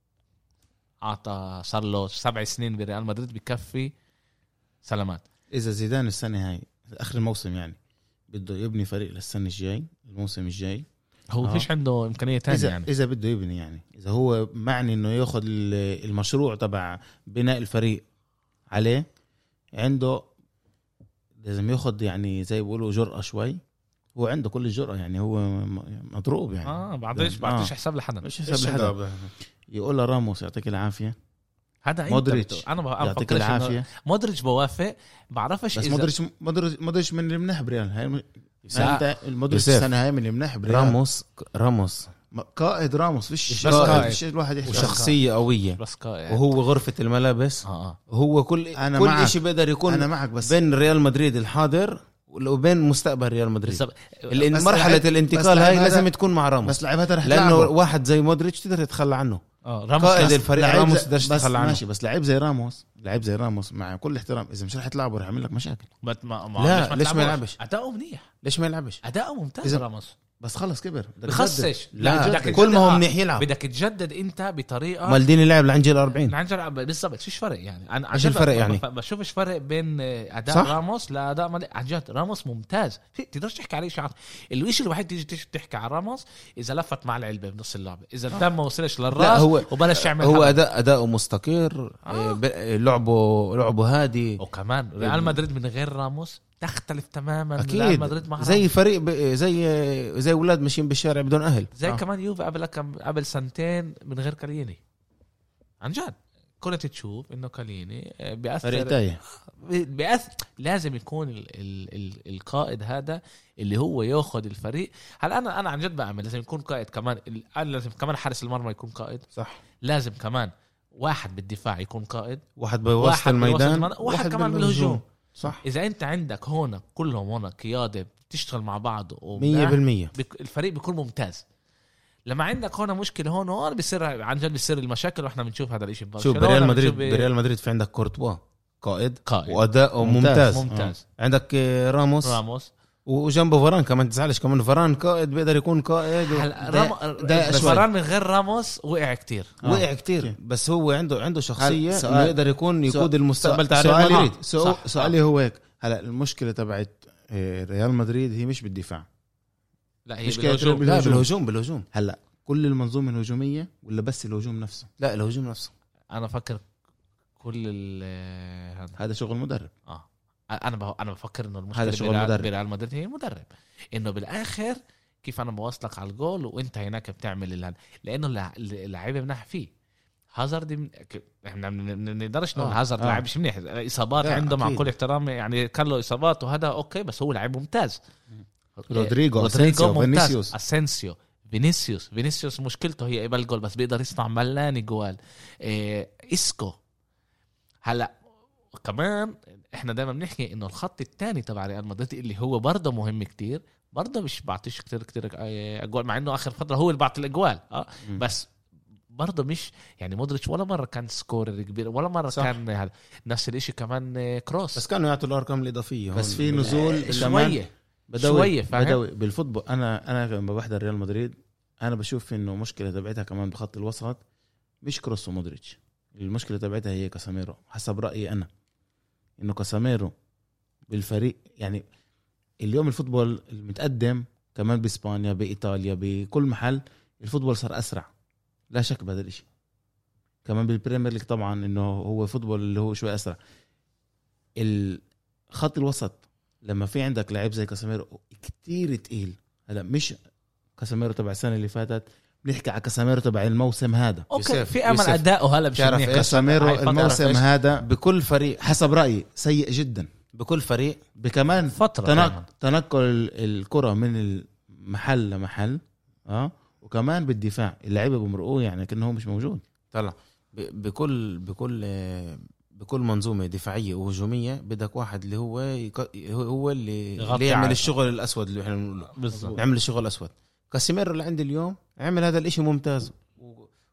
عطى صار له 7 سنين بريال مدريد، بكفي سلامات. اذا زيدان السنه هاي اخر الموسم يعني بده يبني فريق للسنه الجاي، الموسم الجاي، هو فيش عنده امكانيه تانية يعني. اذا بده يبني يعني، اذا هو معني انه ياخذ المشروع تبع بناء الفريق عليه، عنده لازم ياخذ يعني زي بيقولوا جرأة شوي. هو عنده كل الجرأة يعني، هو مضروب يعني. بعدش حساب لحدا، مش حساب لحدا. يقول له راموس يعطيك العافية، هذا مودريتش انا يعطيك العافية. مودريتش بوافق، بعرفش بس مودريتش من المنح بريال هاي. المودريتش يوسف. السنة هاي من المنح بريال. راموس قائد. راموس فيش الواحد يحكي وشخصية قوية، بس قائد. وهو غرفة الملابس. وهو كل شيء بيقدر يكون. أنا معك، بس بين ريال مدريد الحاضر وبين مستقبل ريال مدريد. مرحلة الانتقال هاي لازم تكون مع راموس، بس لعيبها رح لأنه تلعبه. واحد زي مودريتش تقدر تتخلى عنه. قائد الفريق راموس تقدرش تتخلى عنه. ماشي، بس لعيب زي راموس مع كل احترام إذا مش رح تلعبه رح يعمل لك مشاكل. لا ليش ما يلعبش؟ أداؤه منيح، ليش ما يلعبش؟ أداؤه ممتاز راموس، بس خلص كبر بخصش. لا كل ما هو منيح يلعب. بدك تجدد انت بطريقه. مالديني لعب لعنجيل 40 بالضبط. فيش فرق يعني. انا ايش الفرق يعني؟ بشوفش فرق بين اداء صح؟ راموس لاداء عن جد. راموس ممتاز، تقدرش تحكي عليه شيء. الشيء الوحيد تيجي تحكي على راموس اذا لفت مع العلبه بنص اللعبه، اذا الدم ما وصلش للراس وبلش يعمل. هو اداؤه مستقر. لعبه هادي. وكمان ريال مدريد من غير راموس تختلف تماما. أكيد. مدريد مع زي فريق زي اولاد ماشيين بالشارع بدون اهل. زي كمان يوفي قبل سنتين من غير كاليني. عن جد كنت تشوف انه كاليني بيأثر. لازم يكون القائد هذا اللي هو ياخذ الفريق. هل انا عن جد بأمل لازم يكون قائد كمان. لازم كمان حارس المرمى يكون قائد، صح. لازم كمان واحد بالدفاع يكون قائد، واحد بوسط الميدان، واحد كمان بالهجوم. صح. إذا أنت عندك هنا كلهم هنا قيادة بتشتغل مع بعض 100%، الفريق بيكون ممتاز. لما عندك هنا مشكلة هون بيصير عن جد بيصير المشاكل، وإحنا بنشوف هذا الإشي شوف بريال مدريد في عندك كورتوا قائد. وأداء ممتاز. عندك راموس وجنبه فران كمان. تزعلش كمان فران قائد، بيقدر يكون قائد. فران من غير راموس وقع كتير. بس هو عنده شخصية انه يقدر يقود المستقبل تاع ريال مدريد. سؤالي هو هيك. هلا المشكلة تبعت ريال مدريد هي مش بالدفاع، لا هي بالهجوم. هلا كل المنظومة الهجومية ولا بس الهجوم نفسه؟ لا الهجوم نفسه. انا فكر كل هذا شغل مدرب. انا بفكر انه المشكله بريال مدريد هي المدرب، انه بالاخر كيف انا بوصلك على الجول وانت هناك بتعمل لانه اللعيبه منح فيه. هازارد احنا ما نقدرش نقول هازارد لاعب مش منيح، اصابات عنده مع كل احترام يعني، كان له اصابات وهذا اوكي، بس هو لاعب ممتاز. رودريغو اسينسيو فينيسيوس مشكلته هي قبل جول، بس بيقدر يصنع ملاني جوال. اسكو هلا كمان احنا دايما بنحكي انه الخط الثاني تبع ريال مدريد اللي هو برضه مهم كتير، برضه مش بعطيش كتير اجوال، مع انه اخر فتره هو اللي بعطي الاجوال بس برضه مش يعني مودريتش ولا مره كان سكورر كبير، ولا مره صح. كان هذا نفس الاشي كمان كروس، بس كانوا يعطوا الارقام الاضافيه. بس في نزول شويه بدوي بالفوتبول. انا لما بحضر ريال مدريد انا بشوف انه مشكله تبعتها كمان بخط الوسط مش كروس ومودريتش، المشكله تبعتها هي كاساميرو. حسب رايي انا انه كاساميرو بالفريق يعني اليوم الفوتبول المتقدم كمان بإسبانيا بإيطاليا بكل محل الفوتبول صار أسرع، لا شك بهذا الاشي. كمان بالبريمير ليج طبعا انه هو فوتبول اللي هو شوي أسرع. الخط الوسط لما في عندك لاعب زي كاساميرو كتير تقيل. هلا مش كاساميرو تبع السنة اللي فاتت، بنحكي على كاساميرو تبع الموسم هذا. اوكي في امل اداؤه هلا مش منيح. كاساميرو الموسم هذا بكل فريق حسب رايي سيء جدا، بكل فريق بكمان فتره تنقل الكره من المحل لمحل وكمان بالدفاع اللعيبه بمرقوه يعني كأنه مش موجود. طلع بكل منظومه دفاعيه وهجوميه بدك واحد اللي هو اللي يعمل الشغل الاسود اللي احنا بنقوله، يعمل الشغل الاسود. كاسيميرو اللي عندي اليوم عمل هذا الاشي ممتاز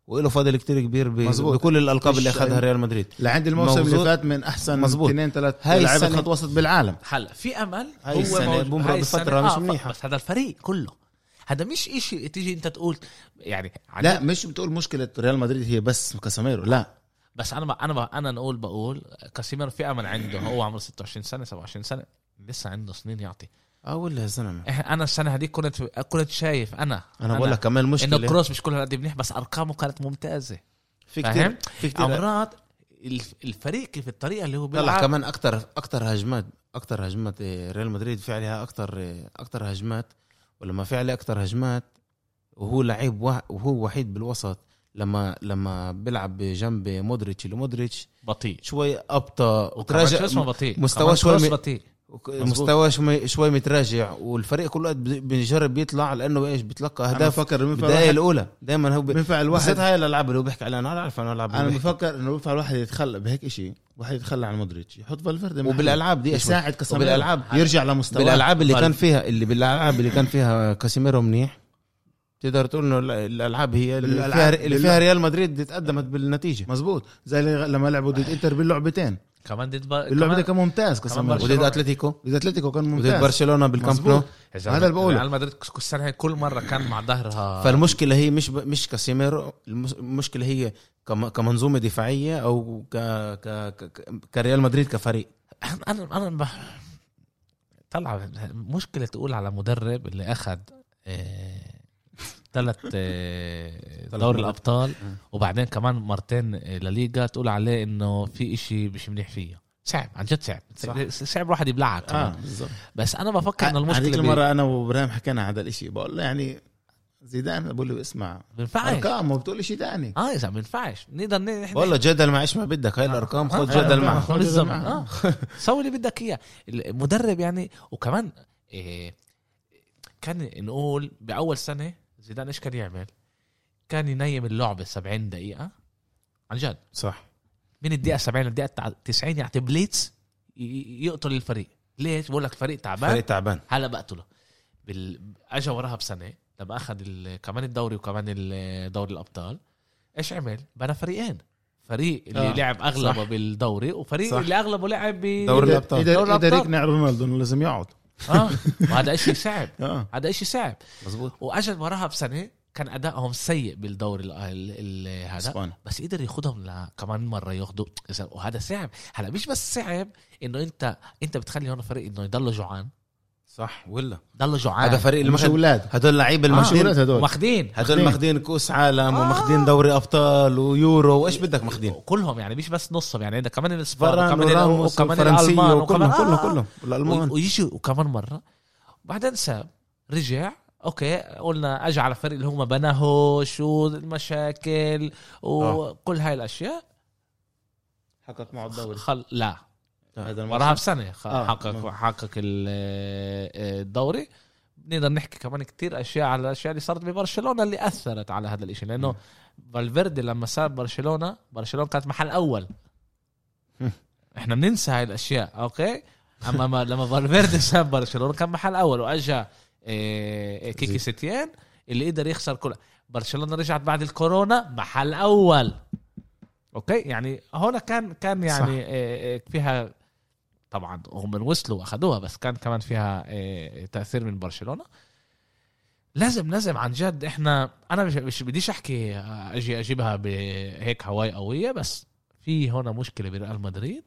وله فضل كتير كبير مظبوط. بكل الألقاب اللي مش- أخذها ريال مدريد. لعند الموسم اللي مظبوط. فات من احسن مظبوط. 2-3 هاي لاعيبه السنة- خط وسط بالعالم. هلا في امل. هاي السنة بمرق هاي بفترة السنة- مش منيحة. بس هذا الفريق كله، هذا مش إشي تيجي انت تقول يعني لا مش بتقول مشكله ريال مدريد هي بس كاسيميرو، لا بس انا بقول كاسيميرو في امل عنده. هو عمره 26 سنه 27 سنه، لسه عنده سنين يعطي. ولا يا زلمة انا السنه هذيك كنت شايف انا بقول لك كمان انه مشكلة كروس مش كل هالقد منيح، بس ارقامه كانت ممتازه. في فاهم؟ كتير في كتير امراض الفريق في الطريقه اللي هو طلع بيلعب. كمان اكتر هجمات ريال مدريد في عليها اكتر هجمات، ولما في عليه اكتر هجمات وهو لعيب وهو وحيد بالوسط، لما بيلعب بجنب مودريتش اللي مودريتش بطيء شوي ابطا وكمان شو اسمه بطيء، مستوى كمان شوي كروس بطيء. مستوى شوي متراجع، والفريق كله بيجرب يطلع لانه ايش بيتلقى انا اهداف بفكر البدايه الاولى دايما هو بينفع بالذات الواحد. هاي الالعاب اللي هو بيحكي عليها انا عارف انا العب انا بفكر انه بينفع الواحد يتخلى بهيك إشي، واحد يتخلى عن مودريتش يحط فالفيردي محله. وبالالعاب دي يساعد كاسيميرو وبالالعاب يرجع لمستواه. بالالعاب اللي كان فيها بالالعاب اللي كان فيها كاسيميرو منيح، تقدر تقول انه الالعاب هي اللي فيها ريال مدريد تقدمت بالنتيجه. مظبوط، زي لما لعبوا ضد انتر باللعبتين، كمان اللعبه دي كان ممتاز كاسيميرو. وضد اتلتيكو ضد اتلتيكو كان وضد ممتاز. برشلونه بالكامب نو. هذا اللي بقوله. ريال مدريد السنه هي كل مره كان مع ظهرها. فالمشكله هي مش كاسيميرو، المشكله هي كمنظومه دفاعيه او كريال مدريد كفريق. انا طلع مشكله تقول على مدرب اللي اخذ 3 دوري الابطال وبعدين كمان مرتين لليغا، تقول عليه انه في اشي مش منيح فيه. صعب عن جد، صعب واحد يبلعك. بالضبط. بس انا بفكر انه المشكله هذيك المره انا وابراهيم حكينا على هذا الاشي، بقول له يعني زيدان بقول له اسمع بينفعش ارقام وبتقول لي شيء ثاني. اذا بينفعش نقدر نحن والله جدل مع ايش ما بدك، هاي الارقام خذ جدل معه بالضبط. سوي اللي بدك اياه المدرب يعني. وكمان كان نقول باول سنه زيدان ايش كان يعمل؟ كان ينيم اللعبه 70 دقيقه عن جد، صح، من الدقيقه 70 للدقيقه 90 يعطي بليتس يقتل الفريق. ليش؟ بقول لك فريق تعبان هلا بقتله. اجى وراها بسنه لما اخذ كمان الدوري وكمان دوري الابطال. ايش عمل؟ بنى فريقين، فريق اللي لعب اغلبه بالدوري، وفريق صح. اللي اغلبه لعب دوري الابطال. اذا يقنع رونالدو انه لازم يقعد. وهذا اشي صعب. هذا اشي صعب. مظبوط. واجت وراها بسنه كان ادائهم سيء بالدوري هذا اسبانيا. بس قدر ياخذهم كمان مره ياخذوا. وهذا صعب. هلا مش بس صعب انه انت بتخلي هون فريق انه يضل جوعان، صح ولا ضل جوعان. هذا فريق مش اولاد، هدول لعيبه الماخذين هدول ماخذين كوس عالم وماخذين دوري ابطال ويورو وايش بدك ماخذين كلهم، يعني مش بس نصهم، يعني عندك كمان الاسبان وكمان الالمان كلهم الالمان ويجي وكمان مره بعدين ساب رجع. اوكي قلنا اجى على فريق اللي هم بناهوش والمشاكل وكل هاي الاشياء، حقق معه الدوري. لا وراها بسنه حقق الدوري. نقدر نحكي كمان كتير اشياء على الاشياء اللي صارت ببرشلونه اللي اثرت على هذا الاشي، لانه فالفيردي لما ساب برشلونه كانت محل اول. احنا بننسى هاي الاشياء. اوكي اما لما فالفيردي ساب برشلونه كان محل اول، واجا كيكي ستيان اللي قدر يخسر كلها. برشلونه رجعت بعد الكورونا محل اول. اوكي يعني هنا كان يعني فيها طبعا هم وصلوا واخذوها، بس كان كمان فيها تأثير من برشلونة. لازم عن جد احنا انا مش بديش احكي اجي اجيبها بهيك هواي قوية، بس في هنا مشكلة بريال مدريد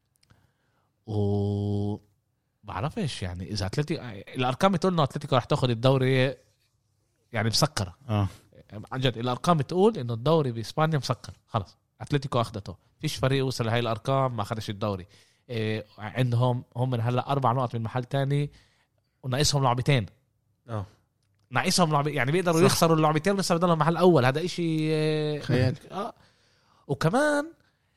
و بعرفش يعني اذا الارقام بتقول انه اتلتيكو رح تاخذ الدوري يعني مسكرة. عن جد الارقام بتقول انه الدوري باسبانيا مسكر خلص. اتلتيكو اخذته، فيش فريق وصل لهي الارقام ما اخذش الدوري. عندهم هم من هلا 4 نقط من محل تاني وناقصهم لعبتين. ناقصهم لعبة يعني بيقدروا يخسروا اللعبتين ولسه بدلهم محل اول. هذا اشي خيال. وكمان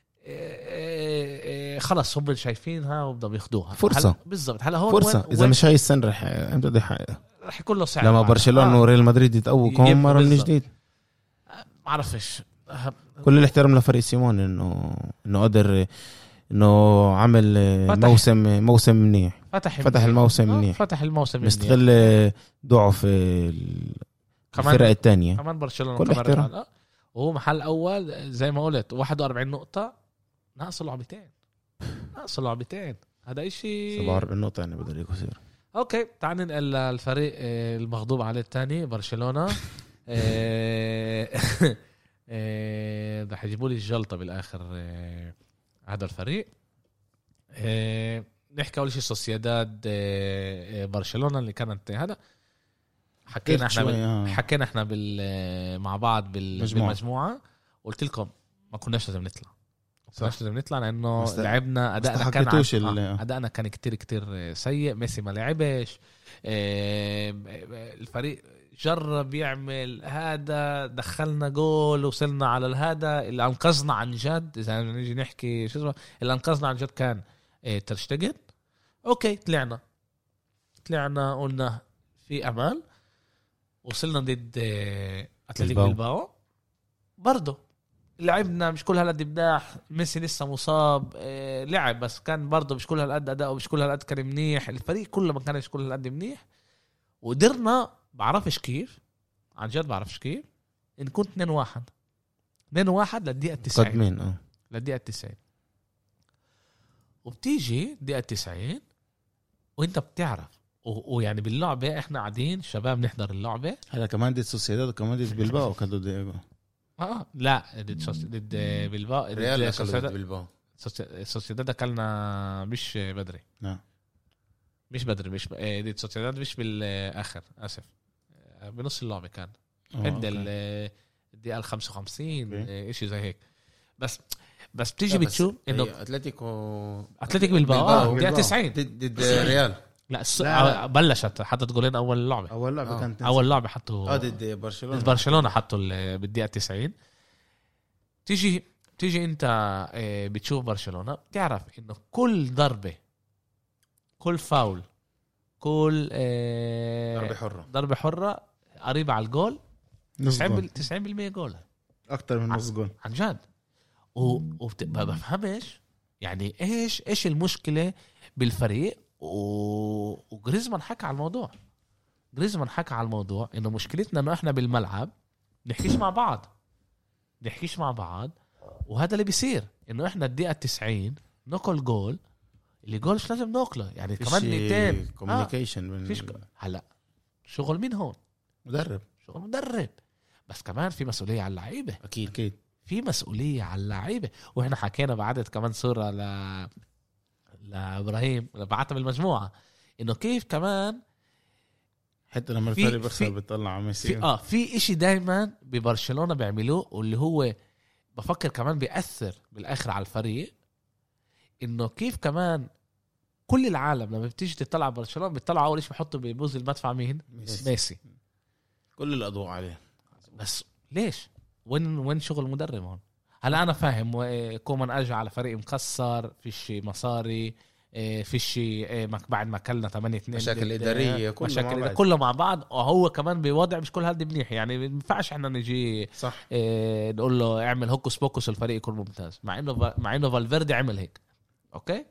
خلص هم شايفينها وبدهم ياخدوها فرصة. بالضبط. هلا هون فرصة اذا مش هاي السنة رح يكون له سعر لما برشلونة وريال مدريد يتقووا كم مرة من جديد. ما عرفش. كل الاحترام لفريق سيمون انه قدر انه عمل موسم منيح. فتح الموسم منيح. مستغل ضعف الفرق الثانية. كمان برشلونة كل احترام. وهو محل اول زي ما قلت 41 نقطه، ناقص لعبتين. هذا اشي 47 نقطة يعني بقدر يصير. اوكي تعال ننقل الفريق المغضوب عليه الثاني برشلونة. رح يجيبوا لي الجلطة بالاخر هذا الفريق. نحكي اول شيء سوسيداد برشلونة اللي كانت هذا حكينا احنا مع بعض بالمجموعة. قلت لكم ما كناش لازم نطلع لانه لعبنا ادائنا كان كتير سيء. ميسي ما لعبش، الفريق جرب يعمل هذا، دخلنا جول وصلنا على الهذا اللي انقذنا عن جد. اذا نيجي نحكي شو اسمه اللي انقذنا عن جد كان تير شتيجن. اوكي طلعنا قلنا في امل، وصلنا ضد اتلتيكو بلباو برضه لعبنا مش كل هالقد ابداع. ميسي لسه مصاب، لعب بس كان برضه مش كل هالقد اداء ومش كل هالقد كان منيح. الفريق كله ما كانش كل هالقد منيح، وقدرنا بعرفش كيف، عن جد بعرفش كيف ان كنت 2-1 للدقيقه 90 قدمين للدقيقه 90. وبتيجي دقيقه 90 وانت بتعرف ويعني باللعبه احنا قاعدين شباب نحضر اللعبه. هذا كمان دي سوسيداد وكمان دي بلباو كانوا ديجو. لا ضد بلباو. ريال بلباو. سوسيداد اكلنا مش بدري. نعم مش بدري، مش ضد سوسيداد مش بالاخر، اسف بنص اللعبه كان عند الدقيقه 55 اشي زي هيك. بس بتيجي بتشوف انه اتلتيكو بلباو دقيقه 90 ضد ريال. لا بلشت حطت جولين اول لعبه كانت اول لعبه حطوا ضد برشلونه حطوا بالدقيقه 90. تيجي انت بتشوف برشلونه بتعرف انه كل ضربه، كل فاول، كل ضربه حره قريبه على الجول 90% جول، اكتر من نص جول عن جد. وما بفهمش يعني ايش المشكله بالفريق. وغريزمان حكى على الموضوع انه مشكلتنا انه احنا بالملعب نحكيش مع بعض وهذا اللي بيصير انه احنا الدقيقه 90 ناكل جول اللي جول مش لازم ناكله يعني كمان دقيقتين كوميونيكيشن هلا شغل مين هون؟ مدرب بس كمان في مسؤوليه على اللعيبه. اكيد في مسؤوليه على اللعيبه. واحنا حكينا بعدت كمان صوره لابراهيم بعتها بالمجموعه انه كيف كمان حتى لما الفريق بيخسر بيطلع على ميسي. في اشي دايما ببرشلونه بيعملوه واللي هو بفكر كمان بيأثر بالاخر على الفريق، انه كيف كمان كل العالم لما بتيجي تطلع برشلونه بيطلعوا اول شيء بيحطوا ببوز المدفع مين؟ ميسي. كل الاضواء عليه. بس ليش؟ وين شغل المدرب هون؟ هلا انا فاهم كومان اجى على فريق مكسر، فيش مصاري، فيش بعد ما كلنا 8-2 مشاكل اداريه كله مع بعض، وهو كمان بوضع مش كل هالدي منيح يعني. ما ينفعش احنا نجي صح نقول له اعمل هوكس بوكس الفريق يكون ممتاز، مع انه فالفيردي عمل هيك. اوكي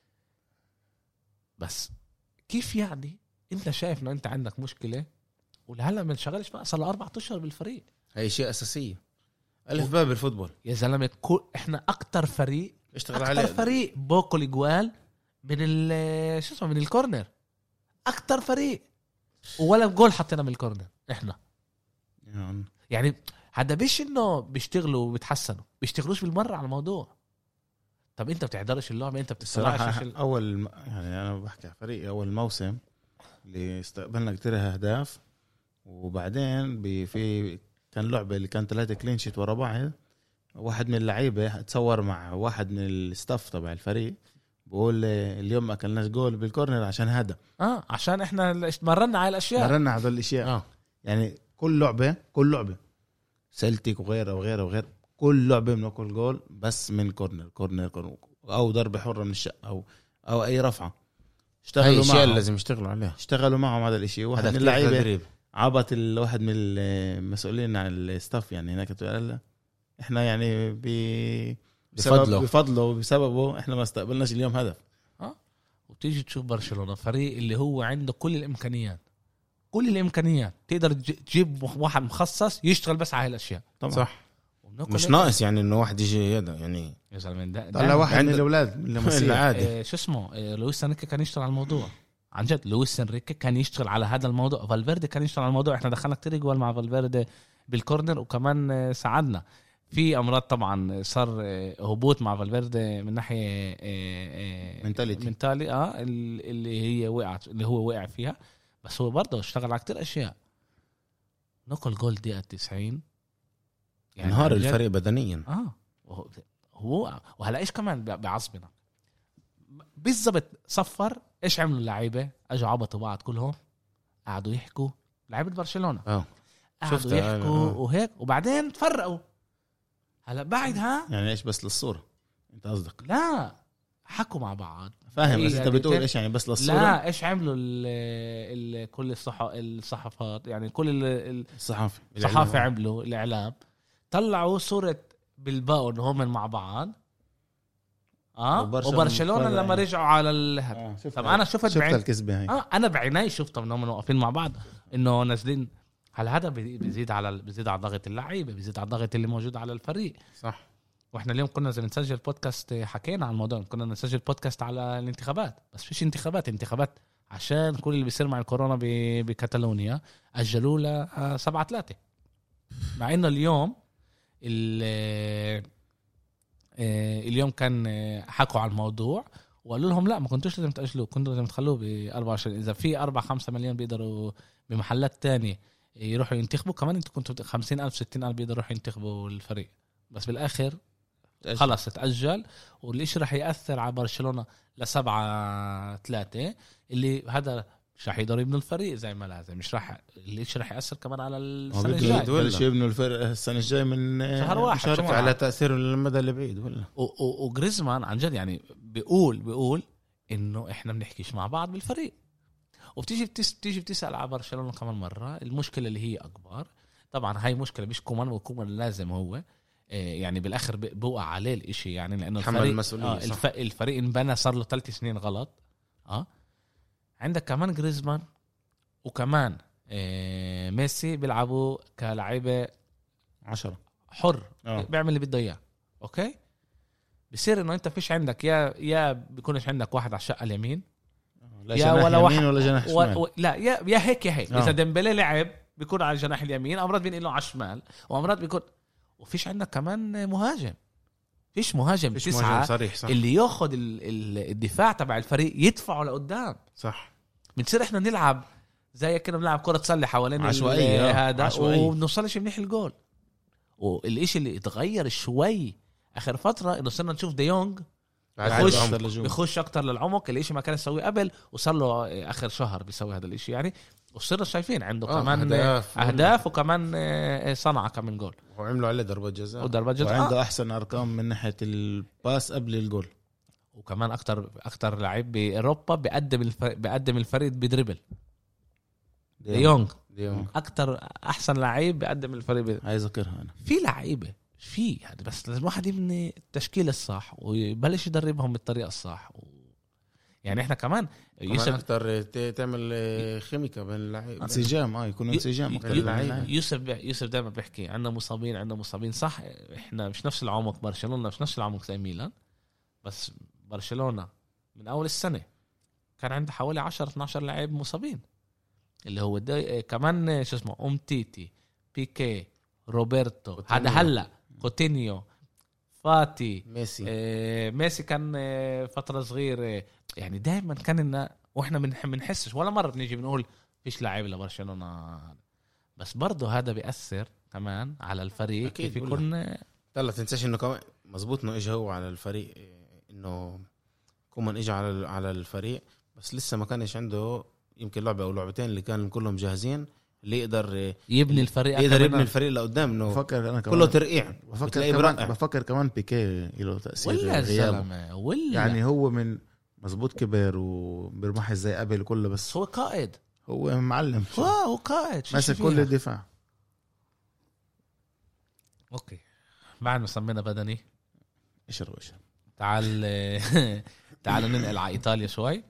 بس كيف يعني انت شايف انه انت عندك مشكله ولهلا ما انشغلش بقى صار له 4 أشهر بالفريق؟ هي شيء اساسيه الف باب الفوتبول يا زلمه. احنا اكتر فريق اشتغل عليه، اكتر فريق بوكل اجوال من شو اسمه من الكورنر، اكتر فريق ولا جول حطينا من الكورنر احنا يعني. هذا بيش انه بيشتغلوا وبيتحسنوا، بيشتغلوش بالمره على الموضوع. طب انت بتحضرش اللعبه، انت بتستمعش اول يعني انا بحكي على فريقي اول موسم اللي استقبلنا كتير اهداف، وبعدين في كان لعبه اللي كان 3 كلين شيت ورا بعض. واحد من اللعيبه تصور مع واحد من الستاف تبع الفريق بقول اليوم ما اكلناش جول بالكورنر عشان هذا عشان احنا مرنا على الاشياء، مرنا على الاشياء يعني كل لعبه سلتيك وغيره كل لعبه بناكل جول بس من كورنر او ضربه حره من الشقه او اي رفعه. اشتغلوا معه، لازم يشتغلوا عليها، اشتغلوا معهم هذا الاشي. واحد من اللعيبه عبط الواحد من المسؤولين عن الستاف يعني هناك تقول احنا يعني بفضله وبسببه احنا ما استقبلناش اليوم هدف. وتيجي تشوف برشلونة فريق اللي هو عنده كل الامكانيات تقدر تجيب واحد مخصص يشتغل بس على هالاشياء طبعا. صح. مش ناقص يعني انه واحد يجي هذا يعني يا زلمه ده طلع واحد من الاولاد اللي عادي. شو اسمه لويس انريكي كان يشتغل على الموضوع عن جد. لويس انريكي كان يشتغل على هذا الموضوع. فالفيردي كان يشتغل على الموضوع. احنا دخلنا كتير جوال مع فالفيردي بالكورنر وكمان ساعدنا في امراض. طبعا صار هبوط مع فالفيردي من ناحيه منتالي اللي هي وقعت اللي هو وقع فيها. بس هو برضه اشتغل على كتير اشياء. نقل جول دقيقه 90 يعني انهار الفريق بدنيا. هو وهلا ايش كمان بعصبنا بالضبط. صفر ايش عملوا اللعيبه؟ اجوا عبطوا بعض كلهم قعدوا يحكوا لعيبه برشلونه قعدوا يحكوا وهيك وبعدين تفرقوا. هلا بعدها يعني ايش بس للصوره انت قصدك؟ لا حكوا مع بعض فاهم بس انت بتقول ايش يعني بس للصوره؟ لا ايش عملوا كل الصحفات يعني كل الصحافه عملوا الاعلام طلعوا صوره بالباو انه هم مع بعض وبرشلونه لما رجعوا على طب انا شفت الكذبه هاي انا بعيني شفتهم انهم واقفين مع بعض انه نازلين. هذا بيزيد على ضغط اللعيبه بيزيد على الضغط اللي موجود على الفريق. صح. واحنا اليوم كنا نسجل بودكاست حكينا عن الموضوع. كنا نسجل بودكاست على الانتخابات بس فيش انتخابات عشان كل اللي بيصير مع الكورونا بكتالونيا أجلوا له 7/3 مع انه اليوم كان حكوا على الموضوع وقالوا لهم لا ما كنتوش لازم تأجلوه كنتوا لازم تخلوه ب24. إذا في 4-5 مليون بيقدروا بمحلات تانية يروحوا ينتخبوا كمان انتوا كنتوا 50,000 60,000 بيقدروا يروحوا ينتخبوا الفريق. بس بالآخر خلاص تأجل. والإشي رح يأثر على برشلونة 7/3 اللي هذا مش رح يقدروا يبنوا الفريق زي ما لازم. مش رح الإشي رح يأثر كمان على السنة الجاية. بلش يبنوا الفريق السنة الجاية من شهر 1 على تأثيره للمدى البعيد ولا. وغريزمان عن جد يعني بيقول إنه إحنا بنحكيش مع بعض بالفريق. وبتيجي بتسأل على برشلونة كمان مرة. المشكلة اللي هي أكبر طبعا هاي مشكلة مش كومان لازم هو يعني بالاخر بوقع عليه الاشي يعني لانه الفريق انبنى صار له 3 سنين غلط. عندك كمان غريزمان وكمان ميسي بيلعبوا كلاعيبه 10 حر بيعمل اللي بده اياه. اوكي بصير انه انت فيش عندك يا بيكونش عندك واحد على الشقه اليمين يا ولا واحد ولا جناح شمال. لا يا هيك اذا ديمبلي لعب بيكون على الجناح اليمين امراض بينقل له على الشمال وامراض بيكون. وفيش عندك كمان مهاجم. فيش مهاجم صريح صح. اللي ياخد الدفاع تبع الفريق يدفعه لقدام. صح. بنصير احنا نلعب زي كنا بنلعب كرة سلة حوالين عشوائية هذا ونوصلش منيح الجول. والإشي اللي اتغير شوي آخر فترة إنه صرنا نشوف ديونغ بيخش أكتر للعمق. الإشي ما كان يسويه قبل وصار له آخر شهر بيسوي هذا الإشي يعني. وصرنا شايفين عنده كمان أهداف وكمان صنع كمان جول وعملوا عليه ضربة جزاء وعنده أحسن أرقام من ناحية الباس قبل الجول. وكمان أكتر لعيب بأوروبا بيقدم الفريق بدريبل. ديونغ أكتر أحسن لعيب بيقدم الفريق. عايز أذكرها أنا في لعيبة يعني بس لازم واحد يبني التشكيل الصح ويبلش يدربهم بالطريقة الصح يعني احنا كمان اكتر تعمل خيميكا بين اللعيبه انسجام يكون انسجام اكتر اللعيبه. يوسف دائما بيحكي عندنا مصابين صح. احنا مش نفس العمق. برشلونه مش نفس العمق زي ميلان. بس برشلونه من اول السنه كان عنده حوالي 10-12 لاعب مصابين اللي هو كمان شو اسمه أمتيتي بيكي روبرتو هذا هلا كوتينيو فاتي ميسي كان فترة صغيرة يعني. دائما كان لنا واحنا بنحسش ولا مرة بنيجي بنقول فيش لاعب لبرشلونة. بس برضه هذا بيأثر كمان على الفريق كيف يكون. لا تنساش انه كمان مزبوط انه اجى هو على الفريق انه كومان اجى على الفريق بس لسه ما كانش عنده يمكن لعبة او لعبتين اللي كانوا كلهم جاهزين اللي يقدر يبني الفريق يبني الفريق لقدام. انه بفكر انا كله ترقيع. بفكر كمان بيكي له تأثير ولا يعني هو من مزبوط كبير وبيرمح ازاي قبل كله. بس هو قائد هو معلم هو قائد ماسك كل الدفاع. اوكي بعد ما سمينا بدني اشرب تعال ننقل على ايطاليا شوي.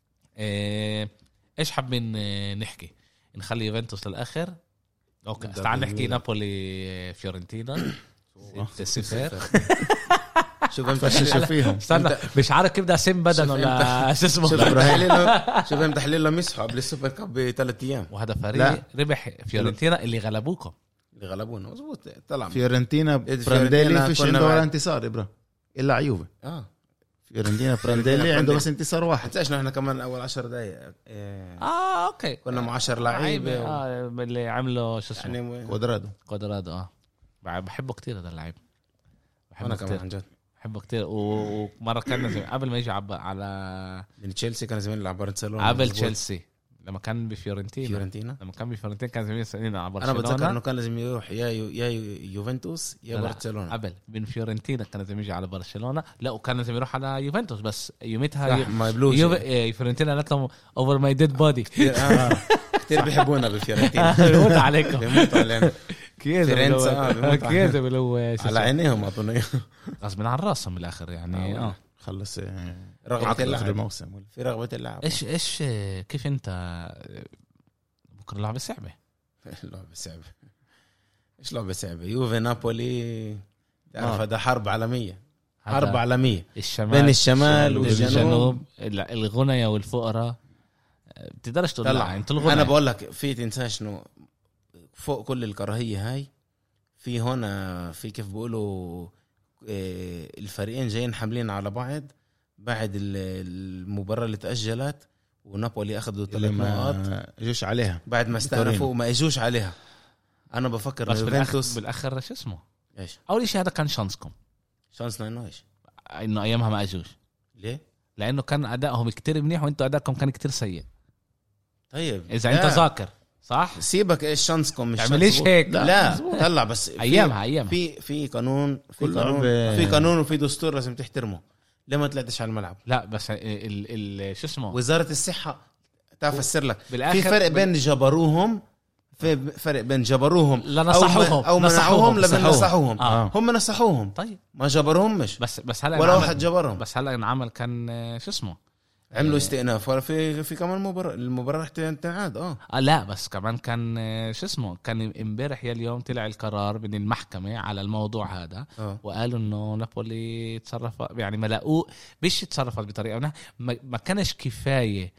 ايش حابين نحكي؟ نخلي يوفنتوس للاخر. اوكي تعال نحكي نابولي فيورنتينا. 6-0. شوف امتى شوف فيهم استنى مش عارف كيف ده سم بدن ولا شو اسمه. شوف امتى تحليل مسحوا قبل السوبر كاب ب3 ايام. وهذا فريق ربح فيورنتينا اللي غلبوكم اللي غلبونا مزبوط. طلع فيورنتينا برانديلي فيش عنده ولا انتصار إبرا إلا عيوبة. فيورنتينا برانديلي عنده بس انتصار واحد. انتشنا احنا كمان اول 10 دقائق اوكي كنا مع 10 لعيبه اللي عملوا شو اسمه يعني كوادرادو بحبه كتير هذا اللعيب. انا كمان عن جد بحبه كتير. ومره كان قبل ما يجي على من تشيلسي كان زمان يلعب برشلونه قبل تشيلسي لما كان بفيورنتينا كان زمان سنين على برشلونه. انا بتذكر انه كان لازم يروح يا يوفنتوس يا برشلونه. قبل من فيورنتينا كان لازم يجي على برشلونه. لا وكان لازم يروح على يوفنتوس بس يومتها ما يبلوش فيورنتينا قالت لهم اوفر ماي ديد بودي. كتير بيحبونا بفيورنتينا. بيموت عليكم بيموتوا علينا كيزا كيزا على عينيهم اعطوني غصب عن راسهم بالاخر يعني. خلص رغبة اللاعب الموسم في رغبة اللاعب. ايش كيف انت بكره لعبة صعبة. ايش لعبة صعبة يوفي نابولي تعرف هذا حرب عالمية. حرب عالمية بين الشمال والجنوب. الغنية والفقراء بتقدرش تقول لا انت الغنية. انا بقول لك في تنساش انه فوق كل الكراهية هاي في هنا في كيف بيقولوا الفريقين جايين حاملين على بعض بعد المباراة اللي تأجلت ونابولي أخذوا 3 نقاط اجوش عليها بعد ما استأنفوا وما اجوش عليها. أنا بفكر بس بالآخر شو اسمه إيش أول شيء هذا كان شانسكم. شانسنا إنه إيش إنه أيامها ما أجوش. ليه؟ لأنه كان أدائهم كتير منيح وإنتوا أدائكم كان كتير سيء. طيب إذا أنت ذاكر صح سيبك إيش شانسكم مش تعمليش هيك. لا طلع بس أيامها في قانون في قانون وفي دستور لازم تحترمه. ليه ما طلعتش على الملعب؟ لا بس شو اسمه وزارة الصحة تفسر لك بالآخر في فرق بين جبروهم لنصحوهم أو منعوهم لنصحوهم هم نصحوهم. طيب ما جبروهم مش بس هلا ولا واحد جبرهم. بس هلا انعمل كان شو اسمه عملوا استئناف ولا في كمان المباراة رح تنعاد لا بس كمان كان شو اسمه كان امبارح يا اليوم طلع القرار من المحكمة على الموضوع هذا وقالوا انه نابولي تصرف يعني ما لقوه بيش تصرفت بطريقة ما كانش كفاية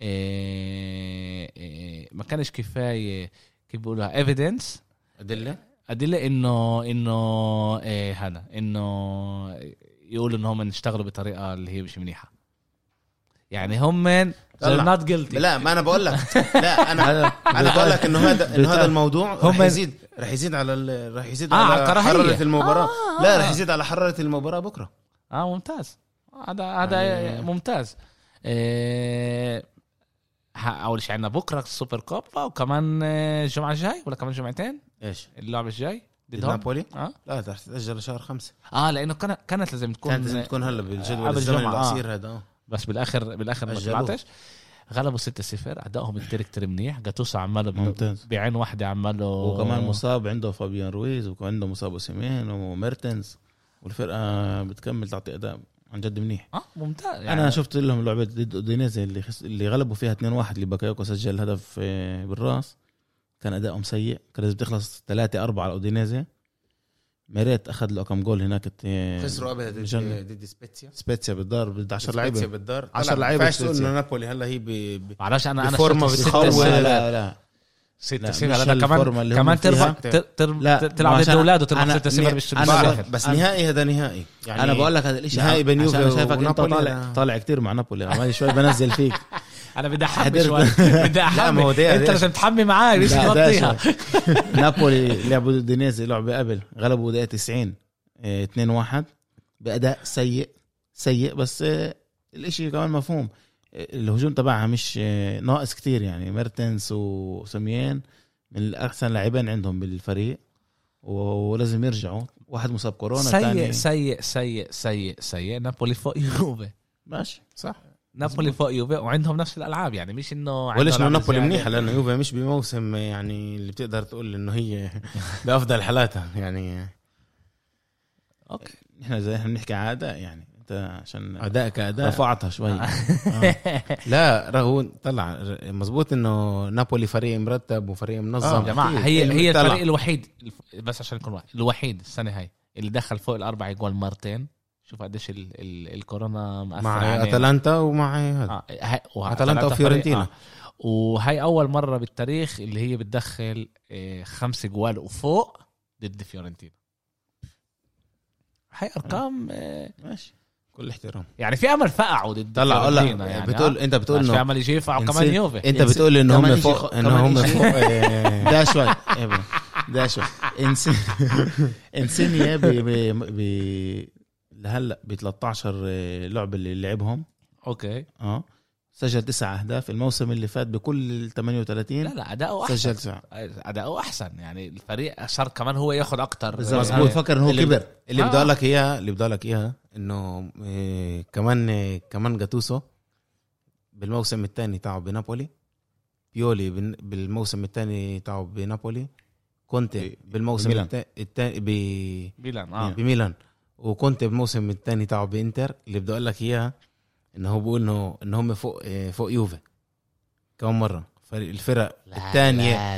ما كانش كفاية كيف بيقولها evidence أدلة إنه هذا إنه يقولوا إنهم نشتغلوا بطريقة اللي هي مش منيحة يعني هم not guilty. لا ما أنا بقول لك لا أنا بقول لك إنه هذا الموضوع رح يزيد على حرارة المباراة. لا رح يزيد على حرارة المباراة بكرة. ممتاز هذا ممتاز. أول شيء عندنا بكرة السوبر كوبا وكمان الجمعة الجاي ولا كمان جمعتين إيش اللعبة الجاي ضد نابولي. لا رح تتأجل شهر 5. لأنه كانت لازم تكون هلا بالجدول الزمني القصير هذا بس بالآخر ما طلعتش. غلبوا 6-0. أدائهم كتير منيح. جاتوسو عماله بعين واحدة عماله وكمان مصاب عنده فابيان رويز وكمان عنده مصاب اوسيمين وميرتنز والفرقة بتكمل تعطي أداء عن جد منيح. ممتاز يعني. انا شفت لهم لعبه ضد اودينيزي اللي غلبوا فيها 2-1 اللي باكايوكو سجل هدف بالراس. كان ادائهم سيء. كان لازم تخلص 3-4 على اودينيزي. ميريت اخذ له كم جول هناك. خسروا قبل ضد سبيتسيا بالدار ضد 10 لعيبه 10 لعيبه. تقول انه نابولي هلا هي معلش انا فورمه بتخوف. لا 6-0 هذا كمان تلعب ضد اولاد وتلعب 6-0 بس نهائي. هذا نهائي يعني. انا بقول لك هذا الشيء نهائي بين يوفي انا شايفك انت طالع كتير مع نابولي. انا شوي بنزل فيك. انا بدي احمي شوي بدي احمي. انت لازم تحمي معاي ليش تغطيها. نابولي لعبوا ضد دينيزي لعبه قبل غلبوا دقيقه 90 2-1 باداء سيء بس الاشي كمان مفهوم. الهجوم تبعها مش ناقص كتير يعني. ميرتنس وسميان من الأحسن لاعبين عندهم بالفريق ولازم يرجعوا. واحد مصاب كورونا. سيء نابولي فوق يوفي. ماشي صح. نابولي فوق يوفي وعندهم نفس الألعاب يعني مش إنه وليش نابولي منيحة لأنه يوفي مش بموسم يعني اللي بتقدر تقول إنه هي بأفضل حالاتها يعني. أوكي إحنا زي إحنا بنحكي عادة يعني عشان أداء كأداء رفعتها شوي. لا رغون طلع مزبوط إنه نابولي فريق مرتب وفريق منظم. جماعة هي الفريق الوحيد بس عشان يكون الوحيد السنة هاي اللي دخل فوق 4 جوال مرتين. شوف قديش الكورونا مأثر مع اتلانتا ومع هذا اتلانتا وفيورنتينا. وهي اول مره بالتاريخ اللي هي بتدخل 5 جوال وفوق ضد فيورنتينا. هاي ارقام ماشي كل احترام. يعني في امل فقعوا ضد فيورنتينا يعني بتقول انت بتقول انه في امل يجي يفقعوا كمان يوفي. انت بتقول ان هم فوق ده شوي ده شوي انسينيا لهلا ب 13 لعبه اللي لعبهم. اوكي سجل 9 أهداف. الموسم اللي فات بكل 38 لا أداؤه أحسن. سجل 9. أداؤه أحسن يعني الفريق صار كمان هو ياخد أكتر. مظبوط. فكر إنه كبر. اللي بدي لك إياها إنه كمان جاتوسو بالموسم الثاني تاعه بنابولي، بيولي بالموسم الثاني تاعه بنابولي، كونتي بالموسم الثاني بميلان وكونتي بالموسم الثاني تاعه بإنتر. اللي بدي أقول لك إياها انه هو بيقول انه هم فوق يوفي كم مره. الفرق الثانيه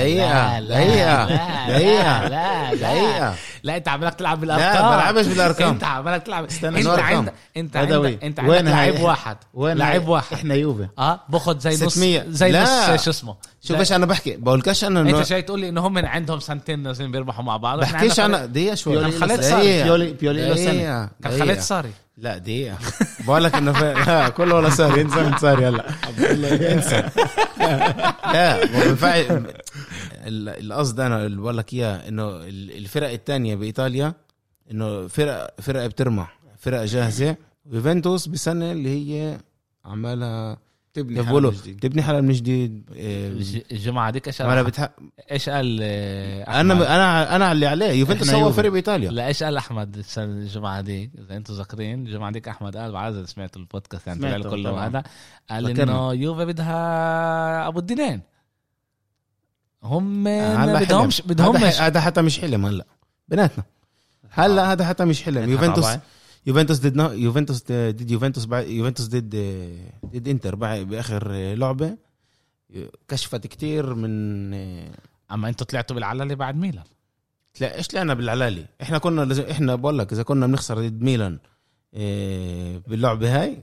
لا انت عمالك تلعب بالارقام. لا بلعبش بالارقام. انت عمالك تلعب. انت وين لاعب واحد احنا يوفي باخد زي نص شو اسمه. شوف ايش انا بحكي. بقولكش انا انت جاي تقول لي انه هم عندهم سنتين نازلين بيربحوا مع بعض. بحكيش انا دقيقه شوي. بيولي سنه كان خالد صاري. لا دقيقه بقولك انه كله ولا صار ينسى صار يلا انسى. لا ما بينفعش. القصد انا اللي بقول لك اياه انه الفرق الثانيه بايطاليا انه فرق بترمح، فرق جاهزه. يوفنتوس بسنه اللي هي عمالها تبني حالها من جديد. الجمعه ديك ايش قال انا اللي عليه يوفنتوس هو فريق بايطاليا. لا ايش قال احمد الجمعه ديك اذا انتم ذاكرين الجمعه ديك احمد قال بعد سمعت البودكاست يعني كله هذا قال انه يوفي بدها ابو الدينين. هم بدهم هذا حتى مش حلم هلا بيناتنا هلا. هذا حتى مش حلم. يوفنتوس ضد انتر باخر لعبه كشفت كتير من. اما انتوا طلعتوا بالعلالي بعد ميلان. لا ايش طلعنا بالعلالي؟ احنا كنا لازم احنا بقول لك اذا كنا بنخسر ضد ميلان باللعبه هاي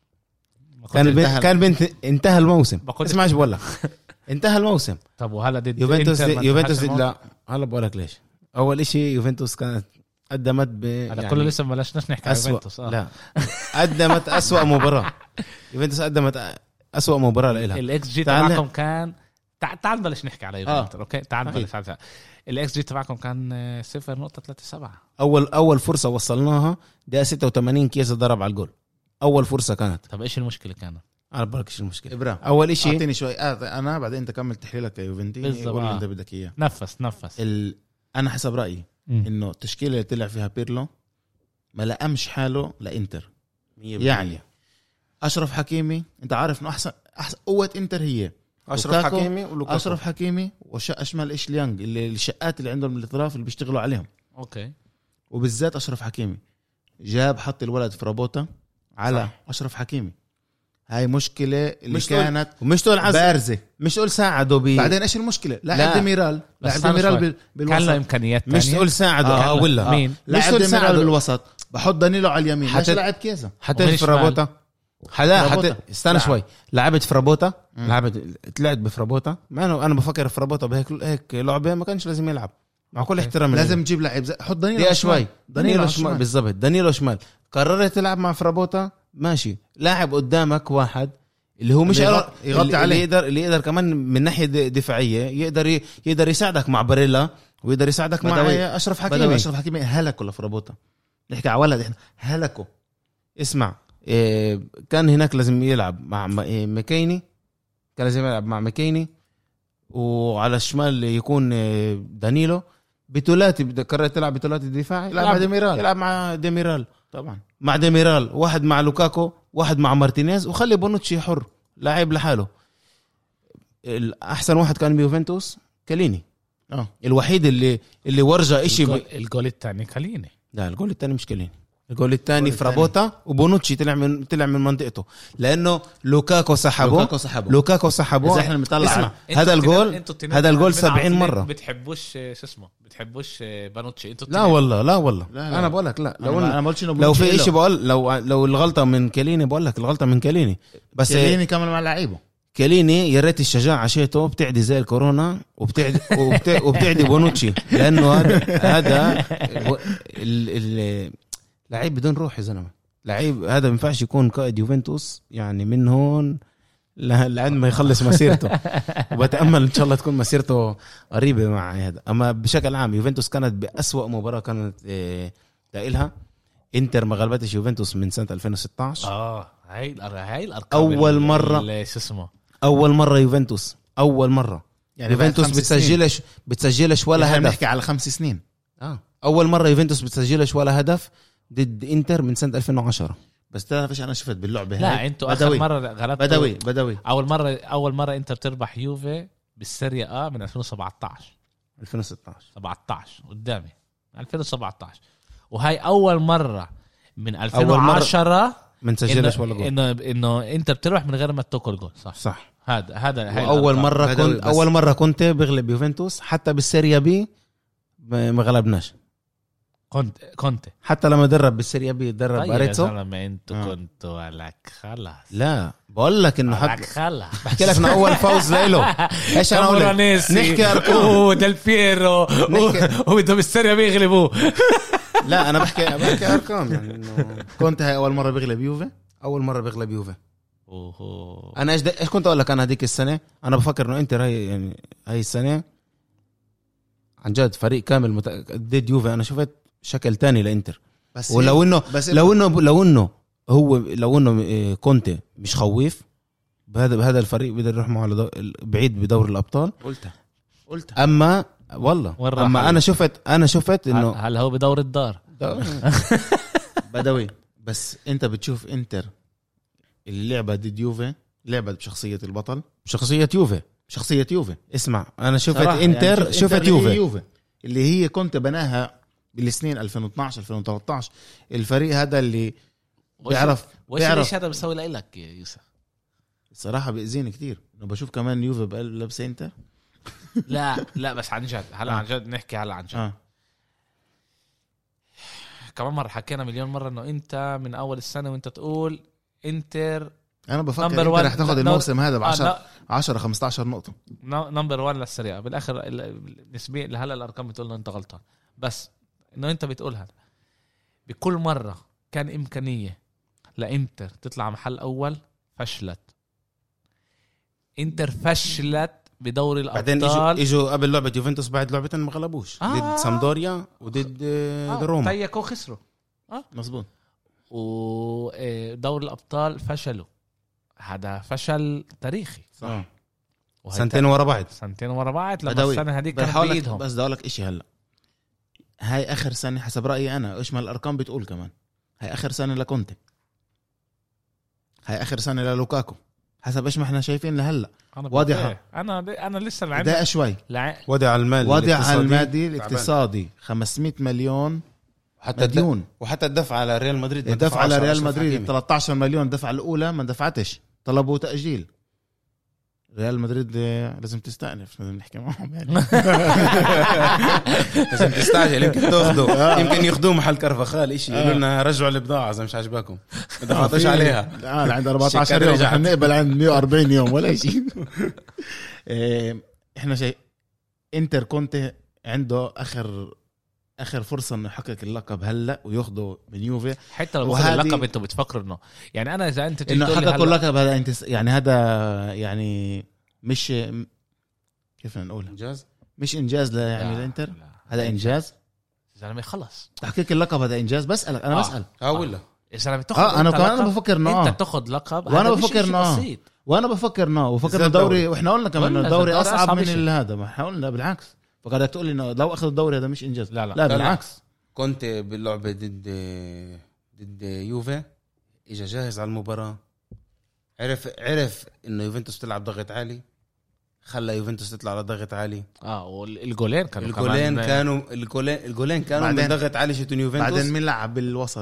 كان انتهى الموسم. اسمع ايش بقول لك انتهى الموسم. طب وهلا ضد يوفنتوس لا هلا بقول لك ليش. اول إشي يوفنتوس كانت قدمت يعني كله لسه بلشناش نحكي عن يوفنتوس. لا قدمت أسوأ مباراة. يوفنتوس قدمت أسوأ مباراة لها. الاكس جي تبعكم كان تعال بلش نحكي على يوفنتوس. اوكي تعال بلش. الاكس جي تبعكم كان 0.37. اول فرصة وصلناها دقيقة 86 كيسة ضرب على الجول. اول فرصة كانت. طب ايش المشكلة كانت؟ انا بقولك ايش المشكلة. ابراهيم اول إشي اعطيني شوي انا بعدين انت كمل تحليلك يا يوفنتيني قول اللي انت بدك اياه. نفس انا حسب رأيي انه التشكيله اللي طلع فيها بيرلو ما لقمش حاله لانتر. يعني اشرف حكيمي انت عارف انه احسن قوه انتر هي اشرف حكيمي وشق اشمل ايش ليانج اللي الشقات اللي عندهم الاطراف اللي بيشتغلوا عليهم. اوكي. وبالذات اشرف حكيمي جاب حط الولد في رابوتا على صح. اشرف حكيمي هاي مشكله اللي مش كانت ومش تقول بارزه مش تقول ساعده بعدين ايش المشكله لاعب ديميرال بالوسط كان له امكانيات مش تقول ساعده ولا مين لاعب ديميرال بالوسط بحط دانيلو على اليمين مش لاعب كيزا حتى في رابوتا استنى شوي لعبت في رابوتا طلعت بفرابوتا ما انا بفكر في رابوتا بهيك لعبه ما كانش لازم يلعب مع كل احترام. لازم نجيب لاعب حط دانيلو شوي دانيلو شمال بالضبط. دانيلو شمال قررت تلعب مع فرابوتا ماشي. لاعب قدامك واحد اللي هو مش يغطي عليه اللي يقدر كمان من ناحيه دفاعيه يقدر يساعدك مع باريلا ويقدر يساعدك مع اشرف حكيمي. اشرف حكيمي هلكوا لفرابوتا نحكي على ولد احنا هلكوا. اسمع كان هناك لازم يلعب مع مكيني. كان لازم يلعب مع مكيني وعلى الشمال يكون دانيلو بتولاتي. قررت تلعب بتولاتي الدفاعي يلعب مع ديميرال طبعا مع ديميرال واحد مع لوكاكو واحد مع مارتينيز وخلي بونوتشي حر لاعب لحاله. الأحسن واحد كان بيوفنتوس كاليني الوحيد اللي ورجع إشي الجول الثاني كاليني. لا الجول الثاني مش كاليني الجول الثاني فرابوتا وبونوتشي طلع من منطقته لانه لوكاكو سحبه اذا احنا بنطلع هذا الجول 70 مره. بتحبوش شو اسمه بتحبوش بانوتشي انتوا لا والله انا بقول لك لا لو في شيء بقول لو الغلطه من كليني بقول لك الغلطه من كليني بس كليني كمان مع لعيبه كليني يا ريت الشجاعه شيته بتعدي زي الكورونا وبتعدي بونوتشي لانه هذا لعيب بدون روح يا زلمه. لعيب هذا ما ينفعش يكون قائد يوفنتوس يعني من هون لعند ما يخلص مسيرته وبتامل ان شاء الله تكون مسيرته قريبه مع هذا. اما بشكل عام يوفنتوس كانت بأسوأ مباراه كانت لها. انتر ما غلبتش يوفنتوس من سنه 2016. هاي الارقام اول مره شو اسمه اول مره يوفنتوس يعني يوفنتوس بتسجلش ولا هدف. نحكي على 5 سنين. اول مره يوفنتوس بتسجلش ولا هدف ضد انتر من سنه 2010. بس تعرفش انا شفت باللعبه هاي. لا انتوا اخر مره غلبتوا بدوي اول مره انتر تربح يوفي بالسيريا من 2017 قدامي 2017 وهاي اول مره من 2010 من سجلش ولا جول انه انت بتربح من غير ما تاكل جول. صح هذا اول مره كنت بغلب يوفنتوس حتى بالسيريا بي ما غلبناش. كنت حتى لما درب بالسيريا بي درب باريتسو. لما انتوا كنتوا لك خلاص. لا بقول لك انه حتى خلاص بحكي لك انه اول فوز له ايش انا اقول نحكي ارقام ديل بييرو وبدهم السيريا بيغلبوه. لا انا بحكي ارقام يعني انه كنت هاي اول مره بيغلب يوفي. انا ايش كنت اقول لك انا هذيك السنه انا بفكر انه انتر هاي السنه عن جد فريق كامل ضد يوفي. انا شفت شكل تاني لإنتر بس ولو انه لو انه كونتي مش خويف بهذا الفريق بيقدر يروح معه على بعيد بدور الابطال. قلت اما والله اما انا شفت انه هل هو بدور الدار بدوي. بس انت بتشوف انتر اللعبه ضد يوفي لعبه بشخصيه البطل شخصيه يوفي. اسمع انا شفت انتر يعني شفت يوفي اللي هي كنت بناها بالسنين 2012 2013. الفريق هذا اللي بيعرف ايش هذا بيسوي لك يا يوسف. الصراحه بيأذيني كتير انه بشوف كمان يوفي بلبس انتر. لا بس عن جد هلا عن جد نحكي هلا عن جد. كمان مره حكينا مليون مره انه انت من اول السنه وانت تقول انتر. انا بفكر انت رح تاخذ الموسم هذا ب 10-15 نقطه نمبر 1 للسريع. بالاخر نسبيا لهلا الارقام بتقول انه انت غلطان بس انه انت بتقولها بكل مره كان امكانيه لانتر تطلع محل اول فشلت. انتر فشلت بدوري الابطال. بعدين اجوا قبل لعبه يوفنتوس بعد لعبتين ما غلبوش ضد سامدوريا وضد روما تيكو خسروا مظبوط. ودوري الابطال فشلوا. هذا فشل تاريخي صح. سنتين ورا بعض لما السنه هذيك كانت بايدهم. بس بدي اقول لك شيء هلا هاي اخر سنه حسب رايي انا ايش ما الارقام بتقول كمان هاي اخر سنه لكونتي. هاي اخر سنه للوكاكو حسب ايش ما احنا شايفين لهلا. واضحه انا لسه ده شوي وضع المادي الاقتصادي 500 مليون حتى مديون. وحتى الدفع على ريال مدريد الدفع على ريال مدريد 13 مليون دفع الاولى ما دفعتش طلبوا تأجيل. ريال مدريد لازم تستأنف لازم نحكي معهم يعني لازم تستعجل يمكن تاخذوا يمكن ياخذوه محل كرفخال إشي يقولوا لنا رجعوا البضاعة إذا مش عجبكم ما دفعتوش عليها. عند 14 يوم هنقبل عند 140 يوم ولا شيء. احنا شيء انتر كونتي عنده اخر فرصه انه يحقق اللقب هلا وياخده من يوفي. حتى لو اخذ اللقب انتوا بتفكروا انه يعني انا اذا انت انه حققوا اللقب هذا انت يعني هذا يعني مش كيف نقول انجاز مش انجاز يعني الانتر هذا انجاز زلمه خلص تحقيق اللقب هذا انجاز. بسألك انا بسأل ولا اذا بتاخذ انا كمان بفكر انه انت تاخذ لقب وانا بفكر انه الدوري واحنا قلنا كمان انه الدوري اصعب من هذا ما احنا قلنا بالعكس. فقاعد تقول لي انه لو اخذ الدوري هذا مش انجاز. لا بالعكس كنت باللعبه ضد يوفي اجى جاهز على المباراه عرف انه يوفنتوس تلعب ضغط عالي خلى يوفنتوس تطلع على ضغط عالي. والجولين كانوا الجولين كانوا من ضغط عالي شتون يوفنتوس. بعدين مين لعب بالوسط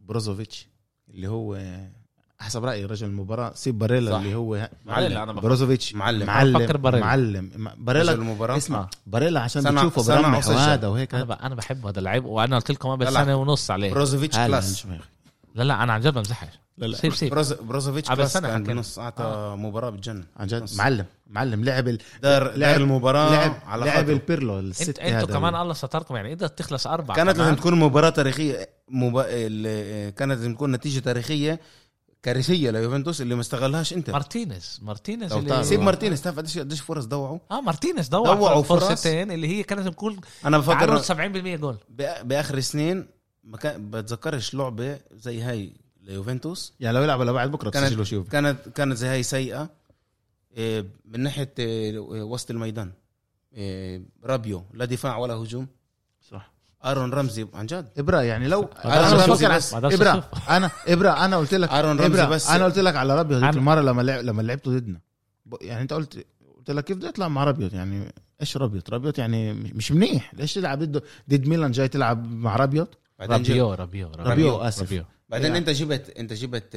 بروزوفيتش اللي هو حسب رايي رجل المباراه. سيب باريلا صح. اللي هو باريلا أنا بروزوفيتش معلم. بفكر باريلا. معلم باريلا المباراة اسمع باريلا عشان سنة- بتشوفه سنة برمح وسجل. وهذا وهيك. انا بحب هذا اللعيب، وانا قلت لكم قبل لا. سنه ونص عليه. بروزوفيتش كلاس. لا انا عن جد بمزحش. لا لا سيب بروزوفيتش عبر كلاس سنة كان حكينا. بنص اعطى مباراة بتجنن عن جد نص. معلم لعب دار المباراة على لعب خاطره. البيرلو الست انتوا كمان الله ستركم يعني قدرت تخلص 4 كانت لازم تكون مباراة تاريخية كانت لازم تكون نتيجة تاريخية كارثية ليوفنتوس اللي ما استغلهاش انت. مارتينيز لو اللي تعرف. سيب مارتينيز، تعرف قديش فرص ضوعوا. مارتينيز ضوعوا ضوع فرص. فرصتين اللي هي كانت تكون انا بفكر تعرض 70% جول. باخر سنين ما كان بتذكرش لعبة زي هاي ليوفنتوس يعني لو يلعب على بعد بكره كانت- تسجلوا شوف. كانت زي هاي سيئة من ناحية وسط الميدان. رابيو لا دفاع ولا هجوم. صح. ارون رمزي عن جد. ابرا يعني لو أنا انا رمزي بفكر بس. ابرا انا قلت لك ارون رمزي إبرا بس. انا قلت لك على رابيو هذيك أنا- المره لما لعبته ضدنا. يعني انت قلت لك كيف بده يطلع مع رابيوت؟ يعني ايش رابيوت يعني مش منيح. ليش تلعب ضد ميلان جاي تلعب مع رابيوت؟ بعدين رابيو اسف. بعدين يعني. انت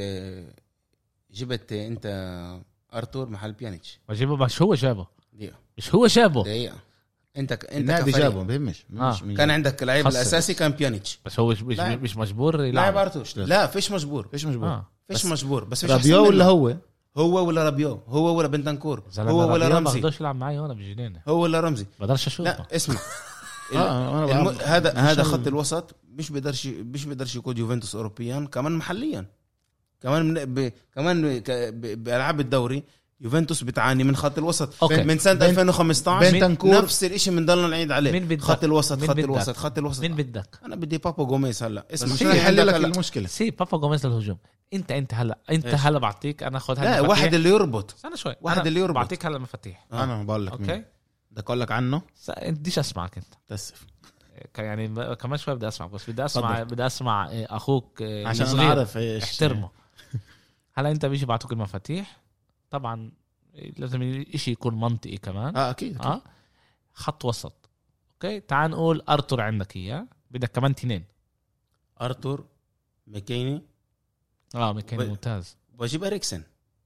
جبت انت ارتور محل بيانيتش. وجيبه مش هو جابه، دقيقة مش هو جابه، دقيقة. انت النادي كفريق جابه بهمش كان عندك لعيب خسر. الاساسي كان بيانيتش. بس هو لاعب. مش مجبور لاعب يلعب. ارتور لا فيش مجبور. ايش مجبور؟ فيش مجبور بس فيش رابيو أحسن ولا منه. هو ولا رابيو، هو ولا بنتنكور، هو ولا ما رمزي، بقدرش يلعب معي وانا بجنينه، هو ولا رمزي. بقدرش اشوفه. لا اسمع أنا هذا خط الوسط مش بيقدرش يقود يوفنتوس اوروبيا كمان محليا. كمان بالعاب الدوري يوفنتوس بتعاني من خط الوسط. أوكي. من سنه 2015 بنتنكور نفس الشيء بنضلنا نعيد عليه. مين بدك؟ خط الوسط مين خط بدك؟ الوسط خط الوسط. مين بدك؟ انا بدي بابا جوميز هلا اسمع مش في يحل عندك لك هلا. المشكله. سي بابا جوميز للهجوم. انت هلا إيش؟ بعطيك انا خد لا واحد اللي يربط استنى شوي، واحد أنا اللي يربط. بعطيك هلا مفاتيح. انا بقول لك اوكي بدك اقول لك عنه انت بديش اسمعك انت تاسف يعني كمان شوي بدي اسمعك، بس بدي اسمع تفضل. بدي اسمع اخوك عشان الصغير. نعرف ايش احترمه. هلا انت بيجي بعطوك المفاتيح طبعا لازم الاشي يكون منطقي كمان. اكيد خط وسط. اوكي تعال نقول ارتور عندك اياه، بدك كمان 2. ارتور ميكيني مكان ممتاز. واجيب اريكسن.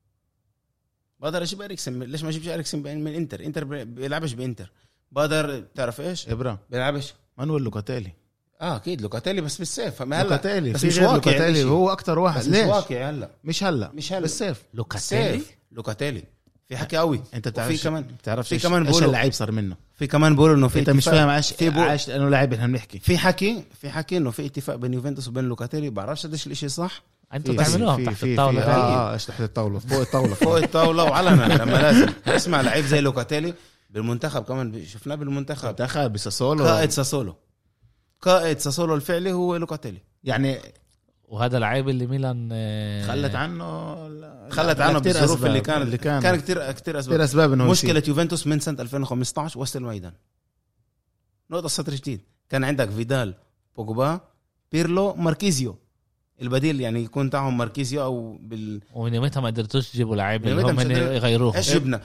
بقدر اجيب اريكسن. ليش ما اجيبش اريكسن من انتر بيلعبش بانتر. بقدر تعرف ايش ابرا بيلعبش. مانويل لوكاتيلي اكيد لوكاتيلي بس بالسيف. لوكاتيلي بس في مش غير واقع لوكاتيلي الإشي. هو اكتر واحد. بس مش ليش واقع هلا مش هلا بالسيف لوكاتيلي لوكاتيلي في حكي قوي. انت وفي كمان بتعرفش في ايش كمان ايش بقولوا- اللعيب صار منه. في كمان بيقولوا انه في انت مش اتفاق. فاهم عاش في عاش لانه لاعب احنا بنحكي في حكي انه في اتفاق بين يوفنتوس وبين لوكاتيلي. بعرفش قديش الاشي صح. انتوا في- تعملوها في- تحت في- الطاوله في- هاي. ايش تحت الطاوله فوق الطاوله فوق الطاوله وعلنا لما لازم اسمع. لعيب زي لوكاتيلي بالمنتخب كمان شفناه بالمنتخب. دخل بساسولو قائد ساسولو الفعلي هو لوكاتيلي. يعني وهذا العيب اللي ميلان خلت عنه بالظروف أسباب اللي كان كتير كثير اسباب. اسباب انه مشكله يوفنتوس من سنه 2015 وسط الميدان. نقطه سطر جديد. كان عندك فيدال بوجبا بيرلو ماركيزيو. البديل يعني يكون تاعهم ماركيزيو او ومن يومتها ما قدرتوش تجيبوا لعيب اللي من هم يومتها مش قدروا- يغيروه. ايش جبنا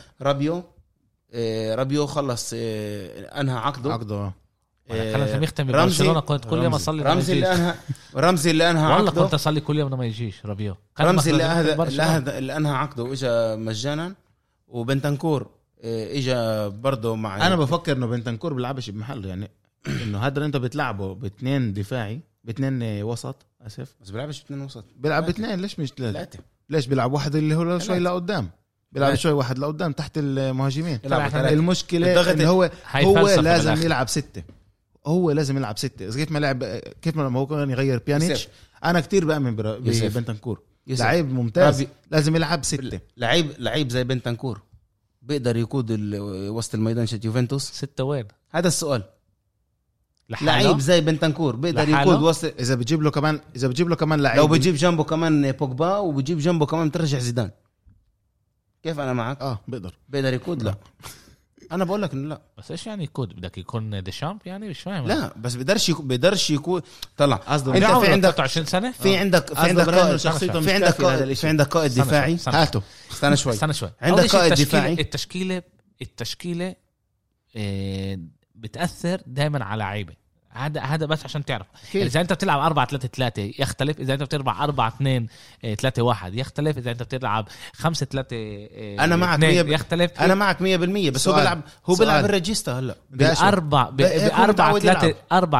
رابيو خلص انهى عقده. كان يختم رمزي- ببرشلونه كنت كل يوم اصلي ما رمزي يجيش. اللي انهى والله عقده. كنت اصلي كل يوم ما يجيش رابيو. رمزي برشلونة. اللي انهى عقده واجا مجانا. وبنتنكور اجا برضه مع انا بفكر انه بنتنكور بيلعبش بمحله. يعني انه هذا اللي انت بتلعبه باثنين دفاعي باثنين وسط اسف بس بيلعبش باثنين وسط. بيلعب ثلاثة. باثنين. ليش مش ثلاثه؟ 3 ليش بيلعب واحد اللي هو شوي ثلاثة. لقدام بيلعب ثلاثة. شوي واحد لقدام تحت المهاجمين. يلعب طلع ثلاثة. المشكله الضغط انه هو هاي فلسفة لازم بالآخر. يلعب 6. هو لازم يلعب 6 كيف ما لعب كيف ما هو كان يغير بيانيتش. يوسف. انا كتير بامن يوسف. ببنتنكور يوسف. لعيب ممتاز رابي- لازم يلعب 6. لعيب زي بنتنكور بيقدر يقود وسط الميدان شت يوفنتوس. 6 وين هذا السؤال. لحاله؟ لعيب زي بنتنكور بيقدر لحاله؟ يقود وسط. اذا بتجيب له كمان لعيب لو بجيب جنبه كمان بوجبا وبجيب جنبه كمان ترجع زيدان. كيف انا معك؟ بيقدر يقود. لا انا بقول لك انه لا. بس ايش يعني كود بدك يكون ديشامب يعني مش فاهم. لا بس بيقدرش يكون. طلع قصده انت انت في عندك 23 سنه. في عندك قائد. شخصيته في عندك قائد استنى دفاعي. شوي. هاته استنى شوي. استنى شوي. عندك أول شيء قائد التشكيلة- دفاعي. التشكيله بتاثر دائما على لعيبه. هذا بس عشان تعرف كيف؟ اذا انت بتلعب 4-3-3 يختلف، اذا انت بتلعب 4-2-3-1 يختلف، اذا انت بتلعب 5-3 انا معك 100 يختلف. انا معك 100%، بس سؤال. هو بيلعب الريجيستا هلا بالأربع هيك هو متعود يلعب.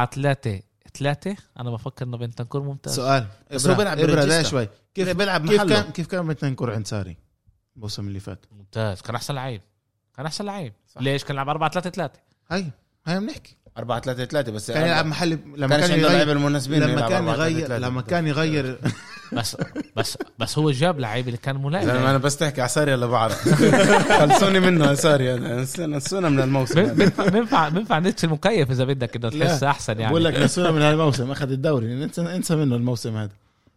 4-3-3 انا بفكر انه بنتنكور ممتاز. سؤال بس هو بيلعب ابرة ده بالريجيستا. شوي كيف بيلعب كيف محله كان كيف كان بنتنكور عند ساري الموسم اللي فات؟ ممتاز، كان احسن لعيب صح. ليش كان يلعب 4-3-3 هاي بنحكي 4-3-3 بس كان يلعب محل لما كانش كان عنده لعيبه يغير المناسبين لما كان يغير بس هو جاب لعيب اللي كان ملائم. انا بس تحكي على ساري ولا بعرف خلصوني منه يا ساري، نسونا من الموسم. بنفع نتش المكيف اذا بدك انه تحس احسن يعني. بقول لك نسونا من هالموسم اخذ الدوري، انسى منه الموسم هذا.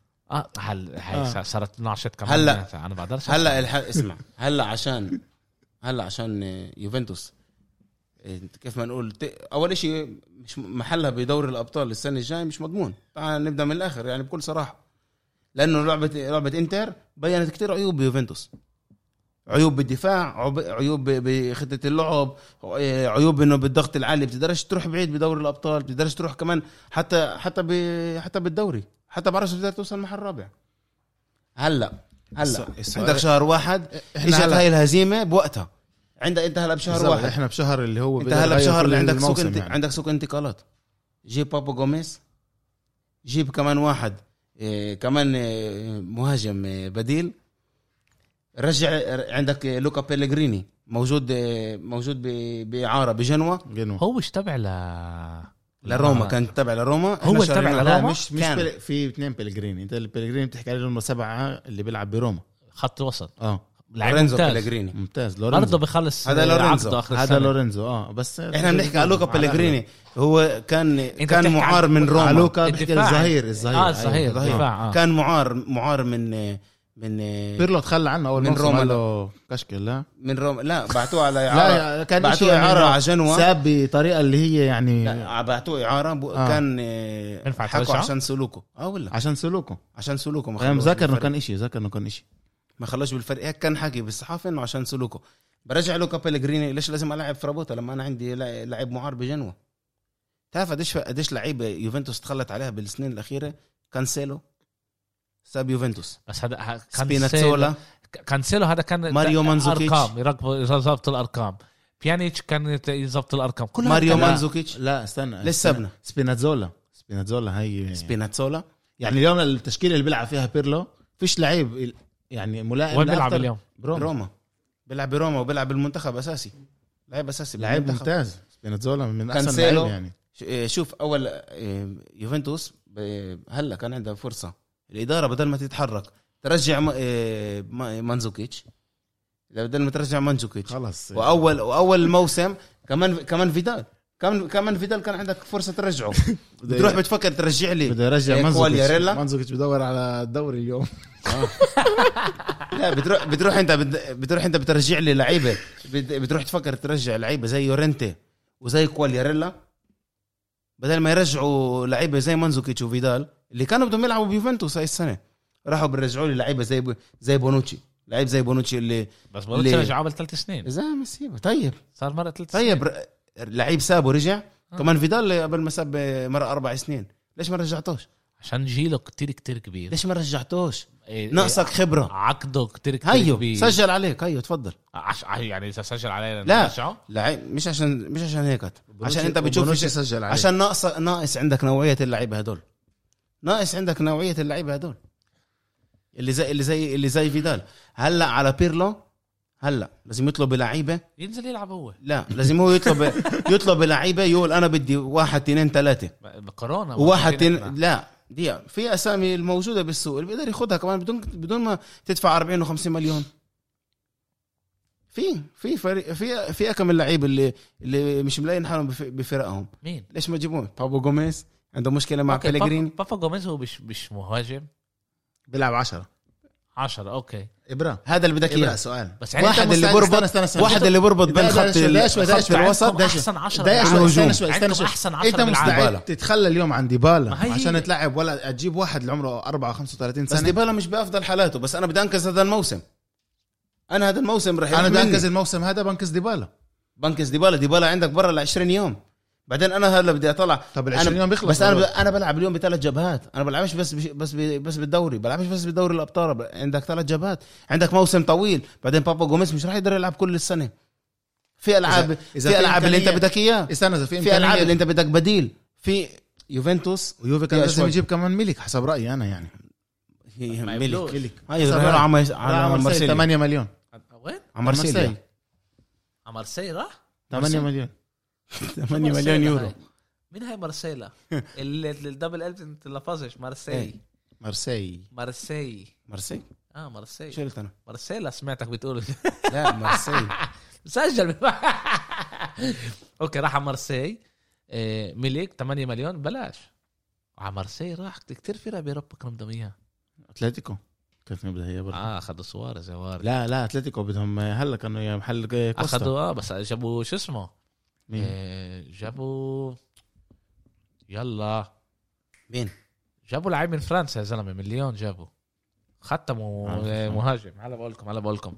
هاي صارت ناشط كمان. هلا انا بقدرش هلا اسمع هلا عشان يوفنتوس كيف ما نقول اول شيء مش محلها بدوري الابطال السنه الجايه مش مضمون. تعال نبدا من الاخر يعني بكل صراحه، لانه لعبه انتر بينت كتير عيوب بيوفنتوس، عيوب بالدفاع، عيوب بخطه اللعب، عيوب انه بالضغط العالي بتقدرش تروح بعيد بدوري الابطال، بتقدرش تروح كمان حتى بالدوري، حتى بعرفش تقدر توصل المحل الرابع. هلا عندك شهر واحد اجت هاي الهزيمه بوقتها، انت هلا بشهر واحد، احنا بشهر اللي هو انت هلا بشهر اللي عندك سوق يعني. عندك سوق انتقالات، جيب بابا غوميز، جيب كمان واحد كمان مهاجم بديل، رجع عندك لوكا بيلغريني موجود بإعارة بجنوة. هو مش تبع لروما، كان تبع لروما، هو تبع لروما. مش في اثنين بيلغريني، انت البيلغريني بتحكي عليه لما 7 اللي بيلعب بروما خط وسط. لورينزو بيلغريني ممتاز، برضه بخلص هذا لورينزو بس احنا بنحكي على لوكا بيلغريني، هو كان معار من روما. لوكا الظهير الدفاع كان معار من بيرلو تخلى عنه اول من روما، له كشكل لا من روما، لا بعتوه على لا كان بعتوه إعارة على جنوة، ساب بطريقة اللي هي يعني لا بعتوه إعارة كان حكوا عشان سلوكه ولا عشان سلوكه ما ذكر انه كان إشي ما خلوش بالفريق، هيك كان حكي بالصحافة انه عشان سلوكه. برجع لوكا بيلغريني، ليش لازم العب فرابوتا لما انا عندي لاعب معار بجنوة؟ تعرف قديش لعيبه يوفنتوس تخلت عليها بالسنين الاخيره؟ كانسيلو ساب يوفنتوس، بس هذا سبيناتزولا، كانسيلو هذا كان ماريو مانزوكيتش، ارقام يضبط الارقام، بيانيتش كان يضبط الارقام، ماريو مانزوكيتش لا استنى لسه ابنه سبيناتزولا هي سبيناتزولا. يعني اليوم التشكيله اللي بيلعب فيها بيرلو فيش لعيب يعني ملائم. وين بيلعب اليوم؟ روما بيلعب بروما وبيلعب بالمنتخب اساسي، لعيب ممتاز. سبيناتزولا من احسن لعيب يعني. شوف اول يوفنتوس هلا كان عندها فرصه، الاداره بدل ما تتحرك ترجع مانزوكيتش، بدل ما ترجع مانزوكيتش خلص. واول موسم كمان فيدال كان عندك فرصه ترجعه بتروح بتفكر ترجع لي، بده يرجع مانزوكيتش بدور على الدوري اليوم. لا بتروح انت بترجع لي لعيبه، بتروح تفكر ترجع لعيبه زي يورنتي وزي كوالياريلا، بدل ما يرجعوا لعيبه زي مانزوكيتش وفيدال اللي كانوا بدهم يلعبوا بيوفنتوس هاي السنه، راحوا بيرجعوا لي لعيبه زي بونوتشي، لعيب زي بونوتشي اللي بس بونوتشي رجع قبل 3 سنين زي ما سيبه. طيب صار مره 3 سنين. طيب لعيب سابه رجع كمان فيدال قبل ما ساب مره 4 سنين، ليش ما رجعتوش؟ عشان جيله كتير كبير. ليش ما رجعتوش؟ ناقصك خبره، عقده كتير كبير. سجل عليك، تفضل. يعني اذا سجل علينا لا مش عشان هيك، عشان انت بتشوف عشان ناقص عندك نوعيه اللعيبه هدول، اللي زي فيدال. هلا على بيرلو هلا لازم يطلب لعيبه ينزل يلعب هو، لا لازم هو يطلب لعيبه، يقول انا بدي 1 2 3 بكورونا واحد لا دي في اسامي الموجوده بالسوق اللي بيقدر ياخدها كمان بدون ما تدفع 40 و50 مليون. في فريق في اكم اللعيبه اللي مش ملاقيين حالهم بفرقهم. مين؟ ليش ما جيبون بابو غوميز؟ عنده مشكله مع بيلغريني. بابا غوميز هو مش مهاجم، بيلعب 10 اوكي إبرة. هذا اللي بدك اياه سؤال، بس واحد اللي بربط واحد اللي بربط بين خط الوسط. احسن 10 استنى شوي احسن 10 انت مستعد تتخلى اليوم عن ديبالا عشان تلعب ولا تجيب واحد اللي عمره 34 35 سنه؟ بس ديبالا مش بافضل حالاته، بس انا بدي انقذ هذا الموسم. انا هذا الموسم رح انا بدي انقذ الموسم هذا، بنقذ ديبالا ديبالا عندك برا ل20 يوم، بعدين انا هلا بدي اطلع. طب ال 20 يوم بيخلص. بس انا بلعب اليوم ب3 جبهات. انا بلعبش بس بالدوري، بلعبش بس بالدوري الابطال. عندك 3 جبهات، عندك موسم طويل. بعدين بابا جوميز مش راح يقدر يلعب كل السنه. في العاب في العاب اللي انت بدك اياه، في العاب اللي انت بدك بديل. في يوفنتوس ويوفي كان لازم يجيب كمان ميلك حسب رايي انا يعني. ميلك على مارسيليا 8 مليون. وين؟ على مارسيليا راح 8 مليون 8 مليون يورو. مين هاي مارسيلا؟ الدبل ال انت لفظش. مارسي مارسي شو قلت انا؟ مارسيلا سمعتك بتقول. لا مارسي سجل. اوكي راح على مارسي. ميليك 8 مليون بلاش. على مارسي راح كتير فرق بأوروبا كانوا بدهم اياه. اتلتيكو كانت بدها اياه برضه. اخذوا سواريز يا وارد. لا اتلتيكو بدهم هلا كانوا يا محل كوستا اخذوا بس جابوا شو اسمه جابوا يلا مين جابوا لعيب من فرنسا يا زلمه. مليون جابوا ختموا مهاجم. هلا بقول لكم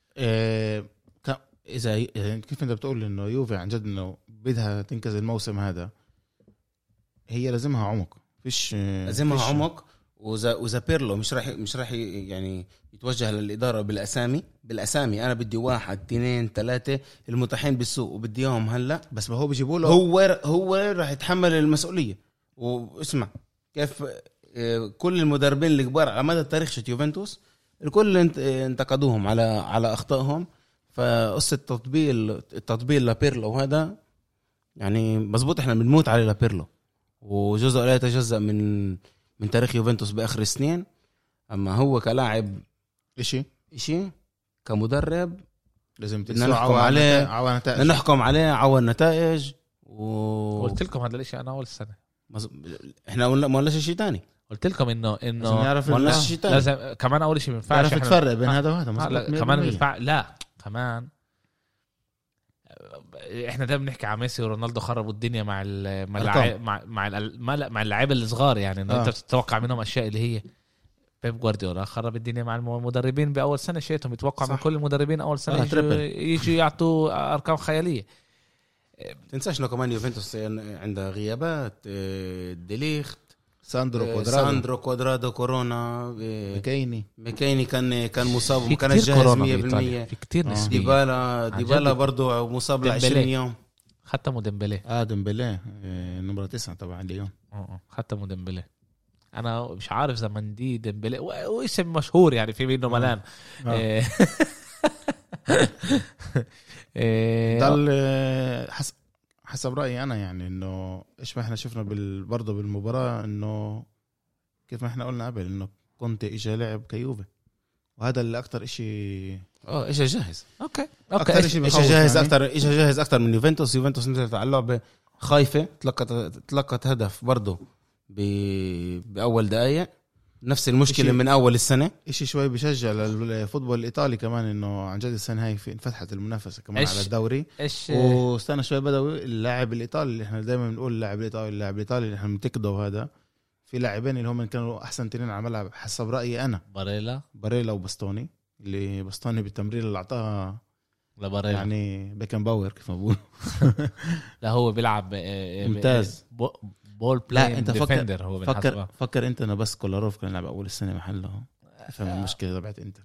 اذا كيف انت بتقول انه يوفي عن جد انه بدها تنقذ الموسم هذا، هي لازمها عمق. لازمها عمق. وإذا بيرلو مش راح يعني يتوجه للإدارة بالأسامي. أنا بدي 1 2 3 المتاحين بالسوق وبدي إياهم هلا. بس ما هو بيجيبوا له هو راح يتحمل المسؤولية. واسمع كيف كل المدربين الكبار على مدى التاريخ شت يوفنتوس الكل انتقدوهم على أخطائهم. فقصة التطبيل لبيرلو وهذا يعني مزبوط. احنا بنموت على لبيرلو وجزء لا يتجزأ من تاريخ يوفنتوس بآخر السنين. أما هو كلاعب إشي كمدرب لازم نحكم عليه عوى نتائج. قلت لكم هذا الاشي انا اول سنه. احنا ما قلناش شيء تاني. قلت لكم انه لازم كمان اول شيء ما ينفعش تفرق بين هذا وهذا. كمان ينفع. لا كمان احنا دايما بنحكي على ميسي ورونالدو خربوا الدنيا مع اللاعب الصغار. يعني انه انت تتوقع منهم اشياء اللي هي بيب جوارديولا خرب الدنيا مع المدربين باول سنه. شيتهم يتوقع من كل المدربين اول سنه يجوا يعطوا ارقام خياليه. تنساش انه كمان يوفنتوس عندها غيابات. ديليخت ساندرو كوادرادو كورونا. ميكيني كان مصاب وما كانش جاهز 100%. في كتير نسبية. ديبالا برضو مصاب ل 20 يوم. ختموا ديمبلي. ديمبلي نمرة 9 طبعا اليوم. ختموا ديمبلي. انا مش عارف زمن دي ديمبلي واسم مشهور يعني في منه ملان. ده حسب رأيي أنا يعني إنه إيش ما إحنا شفنا برضه بالمباراة إنه كيف ما إحنا قلنا قبل إنه كنت إجا لعب كيوفي وهذا اللي أكتر إشي إجا جاهز. أوكي أكتر إشي جاهز يعني. إجا جاهز أكتر من يوفنتوس نزلت على اللعبة خايفة. تلقت هدف برضه بأول دقايق. نفس المشكلة من أول السنة. إشي شوي بيشجع للفوتبول الإيطالي كمان إنه عن جد السنة هاي انفتحت المنافسة كمان على الدوري. واستنى شوي بدأوا اللاعب الإيطالي اللي إحنا دايما بنقول اللاعب الإيطالي اللي إحنا بنتقده. وهذا في لاعبين اللي هم كانوا أحسن تنين على الملعب حسب رأيي أنا. باريلا وباستوني. اللي باستوني بالتمرير اللي أعطاها لباريلا يعني بيكن باور كيف ما بقول. لا هو بيلعب ممتاز بول بلاي. لا انت فكر انت. انا بس كولاروف كان يلعب اول السنه محله. فهم المشكله تبعت انتر.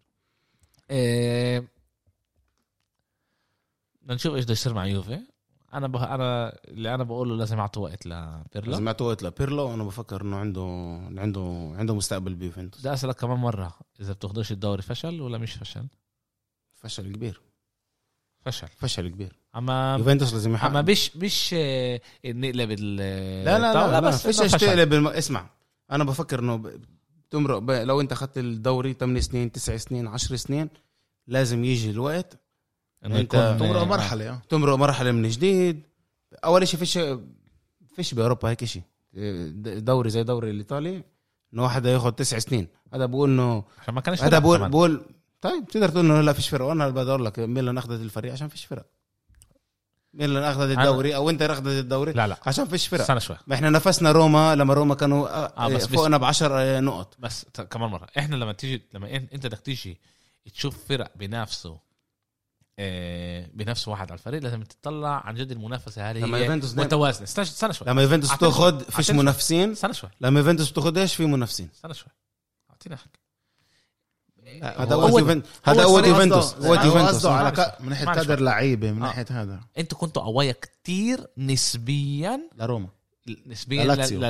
نشوف ايش بده يصير مع يوفي. انا اللي انا بقوله لازم يعطوا وقت لبيرلو. انا بفكر انه عنده مستقبل بيوفنتوس. بدي اسالك كمان مره اذا بتاخدوش الدوري فشل ولا مش فشل كبير. فشل كبير. اما يوفنتوس لازم يحقق. اما مش نقلب لا بس فيش تقلب اسمع انا بفكر انه تمرق لو انت اخذت الدوري 8 سنين 9 سنين 10 سنين لازم يجي الوقت انه انت تمرق مرحله من جديد. اول شيء فيش باوروبا هيك شيء دوري زي دوري الايطالي انه واحد ياخذ 9 سنين. هذا بقول انه عشان ما كانش هذا بقول طيب تقدر تقول انه لا فيش فرق. وانا بدور لك ميلان اخذت الفريق عشان فيش فرق. ميلان اخذت الدوري او انت اخذت الدوري لا عشان فيش فرق. استنى شوي. ما احنا نفسنا روما لما روما كانوا فوقنا ب10 نقط. بس كمان مره احنا لما انت بدك تيجي تشوف فرق بينافسوا بنفس واحد على الفريق. لازم تطلع عن جد المنافسه هذه لما هي يوفنتوس متوازنه. استنى شوي. لما يوفنتوس تاخد فيش منافسين. استنى شوي. لما يوفنتوس تاخد ايش في منافسين. استنى شوي اعطيني احكي. هذا هو يوفنتوس على من ناحيه قدر لعيبه من ناحيه هذا. انتوا كنتوا قويه كتير نسبيا لروما نسبيا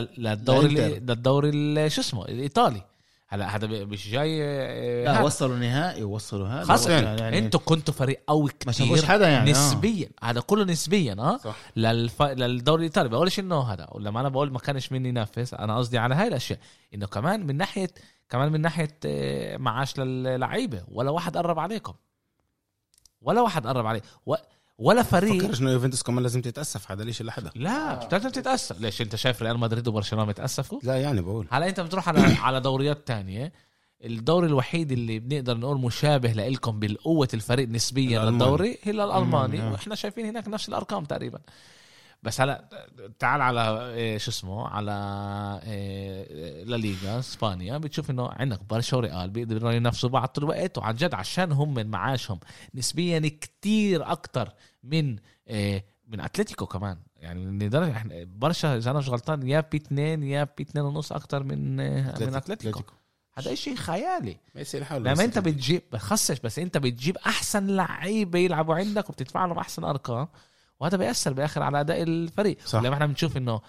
للدوري شو اسمه الايطالي. هلا هذا مش جاي وصلوا نهائي ووصلوا هذا خاصة يعني انتوا كنتوا فريق قوي كتير مش حدا يعني نسبيا هذا كله نسبيا للدوري الايطالي. بقولش انه هذا ولما انا بقول ما كانش مين ينافس انا قصدي على هاي الاشياء انه كمان من ناحيه معاش للعيبه ولا واحد قرب عليكم ولا واحد قرب عليه ولا فريق. فكرش انه يوفنتوس كمان لازم تتاسف هذا ليش لحدا. لا لازم تتاسف. ليش انت شايف ريال مدريد وبرشلونه يتاسفوا؟ لا يعني بقول هلا انت بتروح على دوريات تانية. الدوري الوحيد اللي بنقدر نقول مشابه لإلكم بالقوة الفريق نسبيا للدوري هي الألماني واحنا شايفين هناك نفس الأرقام تقريبا. بس هلا تعال على شو اسمه على لا ليغا اسبانيا بتشوف انه عندك برشا وريال بيقدروا ينافسوا بعض طول الوقت وعن جد عشان هم من معاشهم نسبيا كتير اكتر من اتلتيكو كمان. يعني لدرجه احنا برشا اذا انا مش غلطان يا ب2 يا ب2.5 اكتر من اتلتيكو. هذا شيء خيالي. لما انت بتجيب بخصش بس انت بتجيب احسن لعيبه يلعبوا عندك وبتدفع لهم احسن ارقام وهذا بيأثر باخر على اداء الفريق. لما احنا بنشوف انه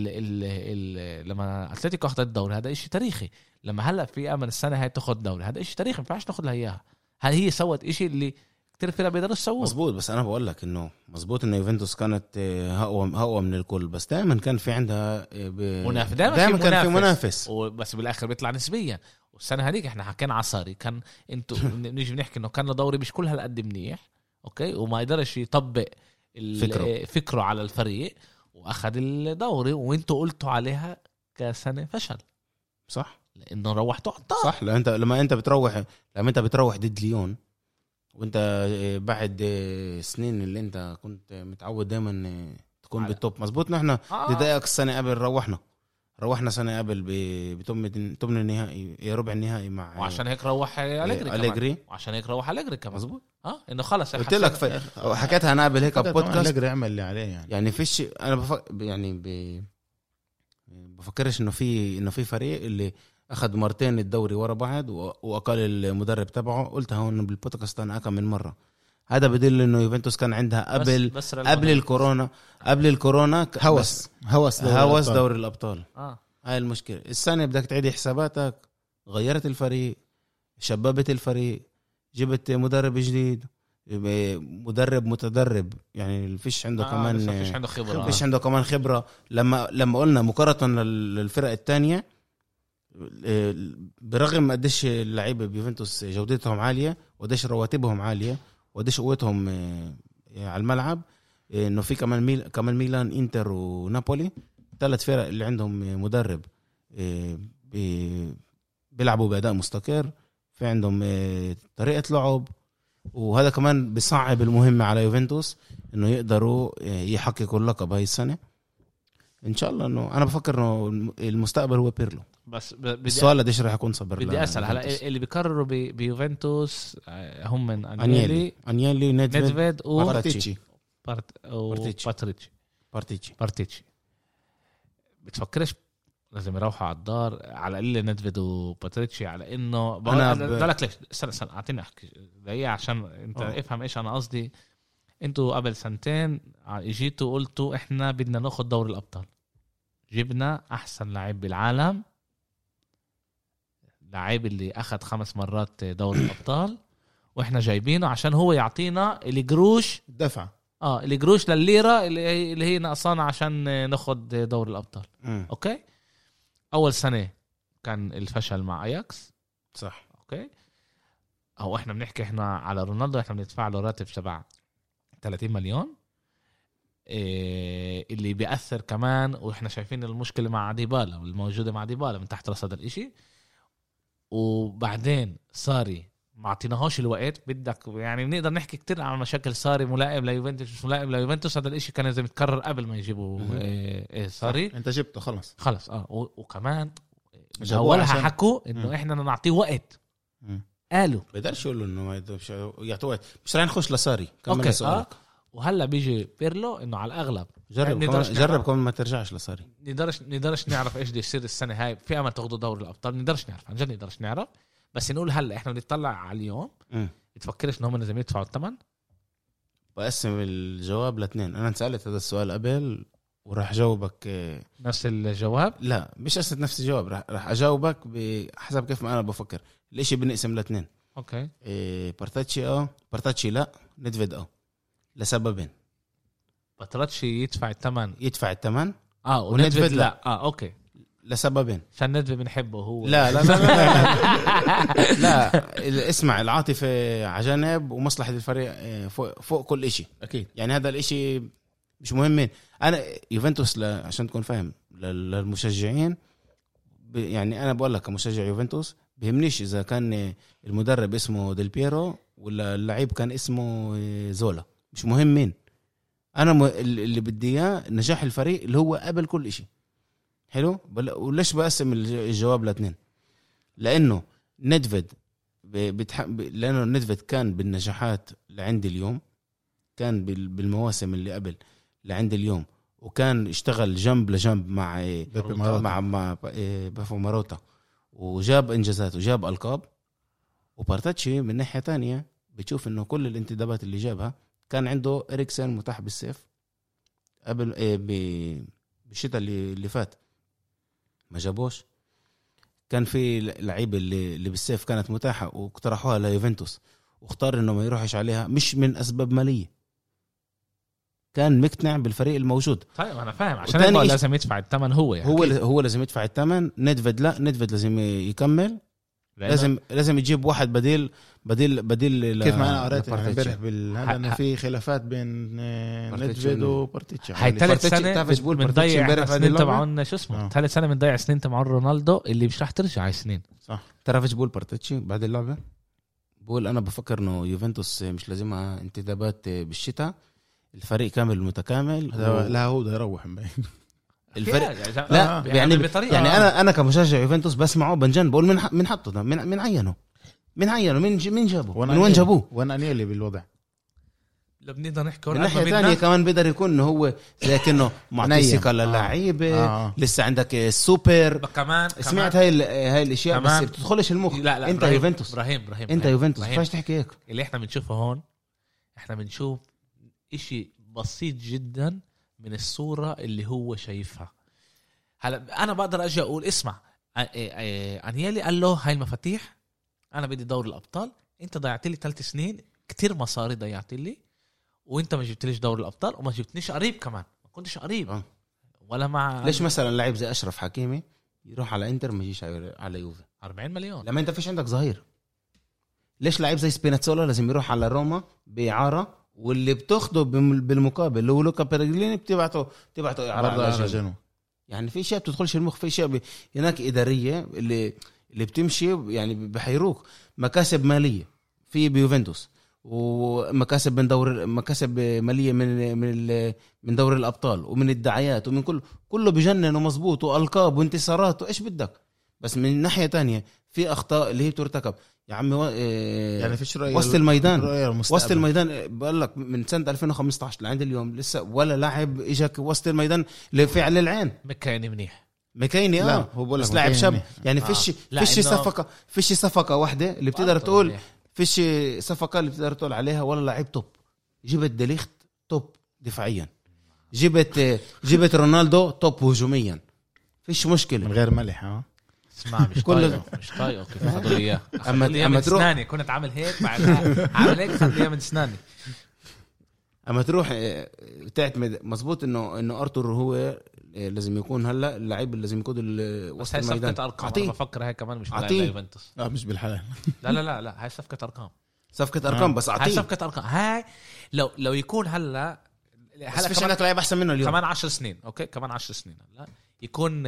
لما اتلتيكو اخذ الدوري هذا شيء تاريخي. لما هلا في امل السنه هاي تاخذ دوري هذا شيء تاريخي ما ينفعش ناخذ لها اياها. هي سوت شيء اللي كتير فرق بيقدروا يسووه مزبوط. بس انا بقول لك انه مزبوط انه يوفنتوس كانت اقوى من الكل بس دائما كان في عندها دائما كان في منافس بس بالاخر بيطلع نسبيا. والسنه هذيك احنا حكينا على صاري كان انتوا نيجي بنحكي انه كان له دوري مش كل هالقد منيح اوكي وما يقدرش يطبق فكره على الفريق واخذ الدوري وانتوا قلتوا عليها كسنه فشل صح لانه روحتوا عطار صح. لما انت بتروح ضد ليون وانت بعد سنين اللي انت كنت متعود دايما تكون بالتوب مزبوط. نحن دقائق السنه قبل روحنا سنه قبل بتمن النهائي ربع النهائي مع وعشان هيك روح أليجري وعشان هيك روح أليجري كمان مزبوط. انه خلاص قلت لك حكيتها انا قبل هيك بودكاست أليجري عمل اللي عليه يعني فيش انا بفكرش انه في فريق اللي اخذ مرتين الدوري ورا بعض واقل المدرب تبعه. قلتها هون بالبودكاست انا كم من مره. هذا بدل انه يوفنتوس كان عندها قبل الكورونا هوس دوري الابطال. هاي المشكله. السنه بدك تعيد حساباتك. غيرت الفريق شببت الفريق جبت مدرب جديد مدرب متدرب يعني فيش عنده كمان فيش عنده كمان خبره. لما قلنا مقارنه للفرق الثانيه برغم قديش اللعيبه بيوفنتوس جودتهم عاليه وقديش رواتبهم عاليه وقديش قوتهم على الملعب انه في كمان ميلان انتر ونابولي 3 فرق اللي عندهم مدرب بيلعبوا بأداء مستقر في عندهم طريقه لعب. وهذا كمان بيصعب المهمه على يوفنتوس انه يقدروا يحققوا اللقب هاي السنه ان شاء الله. انه انا بفكر انه المستقبل هو بيرلو. بس السؤال قديش رح يكون صبر. بدي اسال هلا اللي بيقرروا بيوفنتوس هم من انيلي ندفيد وبارتيتشي بارتيتشي. بتفكرش لازم يروحوا على الدار على قليل ندفيد وباتريتشي على انه بالك ليش استنى اعطيني احكي دقيقه عشان انت افهم ايش انا قصدي. انتوا قبل 2 سنين اجيتوا قلتوا احنا بدنا ناخذ دوري الابطال. جبنا احسن لاعب بالعالم لاعب اللي اخذ 5 مرات دوري الابطال واحنا جايبينه عشان هو يعطينا القروش دفع القروش للليره اللي هي ناقصانا عشان ناخذ دوري الابطال. اوكي اول سنه كان الفشل مع اياكس صح اوكي. او احنا بنحكي احنا على رونالدو احنا بندفع له راتب تبع 30 مليون اللي بيأثر كمان. واحنا شايفين المشكله مع ديبالا والموجوده مع ديبالا من تحت راس هذا الاشي. وبعدين صاري ما عطيناهوش الوقت بدك يعني بنقدر نحكي كتير عن مشاكل صاري ملائم ليوفنتوس مش ملائم ليوفنتوس. هذا الاشي كان لازم يتكرر قبل ما يجيبوا صاري. انت جبته خلص وكمان اولها حكوا انه احنا نعطيه وقت قالوا بقدرش يقول له انه ما يقدرش يعطوه، مش راح نخش لصاري كمل اوكي سؤالك. وهلا بيجي بيرلو انه على الاغلب جرب نقدرش جرب نعرف. كمان ما ترجعش لصاري. نقدرش نعرف ايش بده يصير السنه هاي، في امل تاخذوا دوري الابطال، نقدرش نعرف عن جد، نقدرش نعرف. بس نقول هلا احنا بنطلع على اليوم، بتفكرش ان هم لازم يدفعوا الثمن؟ بقسم الجواب لاثنين. انا سألت هذا السؤال قبل وراح جاوبك نفس الجواب. لا مش قصة نفس الجواب، راح اجاوبك بحسب كيف ما انا بفكر. الاشي بنقسم لاثنين. اوكي بارتاتشي بارتاتشي لا، ندفيد لسببين. باتراتشي يدفع الثمن، يدفع الثمن وندفيد لا. اوكي لسببين. عشان ندفيد بنحبه هو. لا لا لا لا, لا. اسمع، العاطفة على جنب ومصلحة الفريق فوق كل إشي. اكيد يعني هذا الإشي مش مهمين. أنا يوفنتوس عشان تكون فاهم للمشجعين، يعني أنا بقول لك كمشجع يوفنتوس بيهمنيش إذا كان المدرب اسمه ديل بيرو ولا اللعيب كان اسمه زولا، مش مهمين. أنا اللي بدي إياه نجاح الفريق اللي هو قبل كل إشي. حلو. وليش بقسم الجواب لاثنين؟ لأنه ندفيد لأنه ندفيد كان بالنجاحات لعندي اليوم، كان بالمواسم اللي قبل لعندي اليوم، وكان اشتغل جنب لجنب مع بافو ماروتا وجاب انجازات وجاب القاب. وبارتاتشي من ناحية تانية بتشوف انه كل الانتدابات اللي جابها كان عنده إريكسن متاح بالسيف قبل بالشتاء اللي فات ما جابوش. كان في لعيبه اللي بالسيف كانت متاحه واقترحوها ليوفنتوس واختار انه ما يروحش عليها، مش من اسباب ماليه، كان مقتنع بالفريق الموجود. طيب انا فاهم، عشان لازم يدفع الثمن هو يعني. هو لازم يدفع الثمن. ندفيد لا، ندفيد لازم يكمل، لازم يجيب واحد بديل كيف ما انا قريت امبارح هذا انه في خلافات بين ندفيد وبارتيتشي. هاي ثالث سنه بنضيع سنين تبعون شو اسمه، ثالث سنه بنضيع سنين تبعون رونالدو اللي مش راح ترجع هاي سنين. صح. تعرف ايش بقول بارتيتشي بعد اللعبه؟ بقول انا بفكر انه يوفنتوس مش لازمها انتدابات بالشتاء، الفريق كامل متكامل. لا هو ده يروح مبين الفريق لا يعني يعني انا كمشجع يوفنتوس بسمعه بنجن بقول من حطه ده من عينه من جابه من وين جابوه وانا انيلي بالوضع. لو بنقدر نحكي من ناحيه ثانيه كمان بيقدر يكون انه هو زي كأنه معطي ثقه للاعيبه. لسه عندك السوبر كمان سمعت هاي الاشياء بس بتدخلش المخ. لا انت يوفنتوس ابراهيم انت يوفنتوس فاش تحكي هيك. اللي احنا بنشوفه هون، احنا بنشوف اشي بسيط جدا من الصورة اللي هو شايفها. هلا أنا بقدر أجي أقول اسمع، أنيلي قال له هاي المفاتيح، أنا بدي دوري الأبطال، أنت ضيعت لي 3 سنين كتير مصاري ضيعت لي، وأنت ما جبتليش دوري الأبطال وما جبتنيش قريب كمان، ما كنتش قريب ولا مع. ليش مثلا لاعب زي أشرف حكيمي يروح على إنتر ما يجيش على يوفي 40 مليون لما أنت فيش عندك ظهير؟ ليش لاعب زي سبيناتزولا لازم يروح على روما بإعارة، واللي بتاخده بالمقابل اللي هو لوكا بيريغليني بتبعته على جنوب؟ يعني في شيء بتدخلش المخ، في شيء هناك إدارية اللي بتمشي يعني بحيروك. مكاسب مالية في بيوفنتوس ومكاسب مكاسب مالية من دوري الأبطال ومن الدعايات ومن كله بجنن ومظبوط وألقاب وانتصارات وإيش بدك. بس من ناحية تانية في أخطاء اللي هي بترتكب يا عمي. يعني فيش رأي وسط الميدان بقول لك من سنة 2015 لعند اليوم لسه ولا لاعب اجاك وسط الميدان لفعل العين. مكايني منيح مكايني هو بقول لك بس لاعب شاب يعني فيش صفقة واحدة اللي بتقدر تقول فيش صفقة اللي بتقدر تقول عليها ولا لاعب توب. جبت ديليخت توب دفاعيا، جبت رونالدو توب هجوميا، فيش مشكلة من غير ملح. اسمع مش طايقه كيف اخذوا لي اياه. اما تروح اسناني كنت عامل هيك بعدها عامل هيك خد لي من اسناني. اما تروح تعتمد مظبوط انه ارتور هو لازم يكون هلا اللاعب اللي لازم يكون وسط الميدان. صفقه ارقام انا بفكر هيك كمان مش بلاعب يوفنتوس. مش بالحلال. لا هاي صفقه ارقام. صفقه ارقام بس هاي صفقه ارقام. هاي لو يكون هلا فيش عندك لاعب احسن منه اليوم كمان 10 سنين. اوكي كمان 10 سنين هلا يكون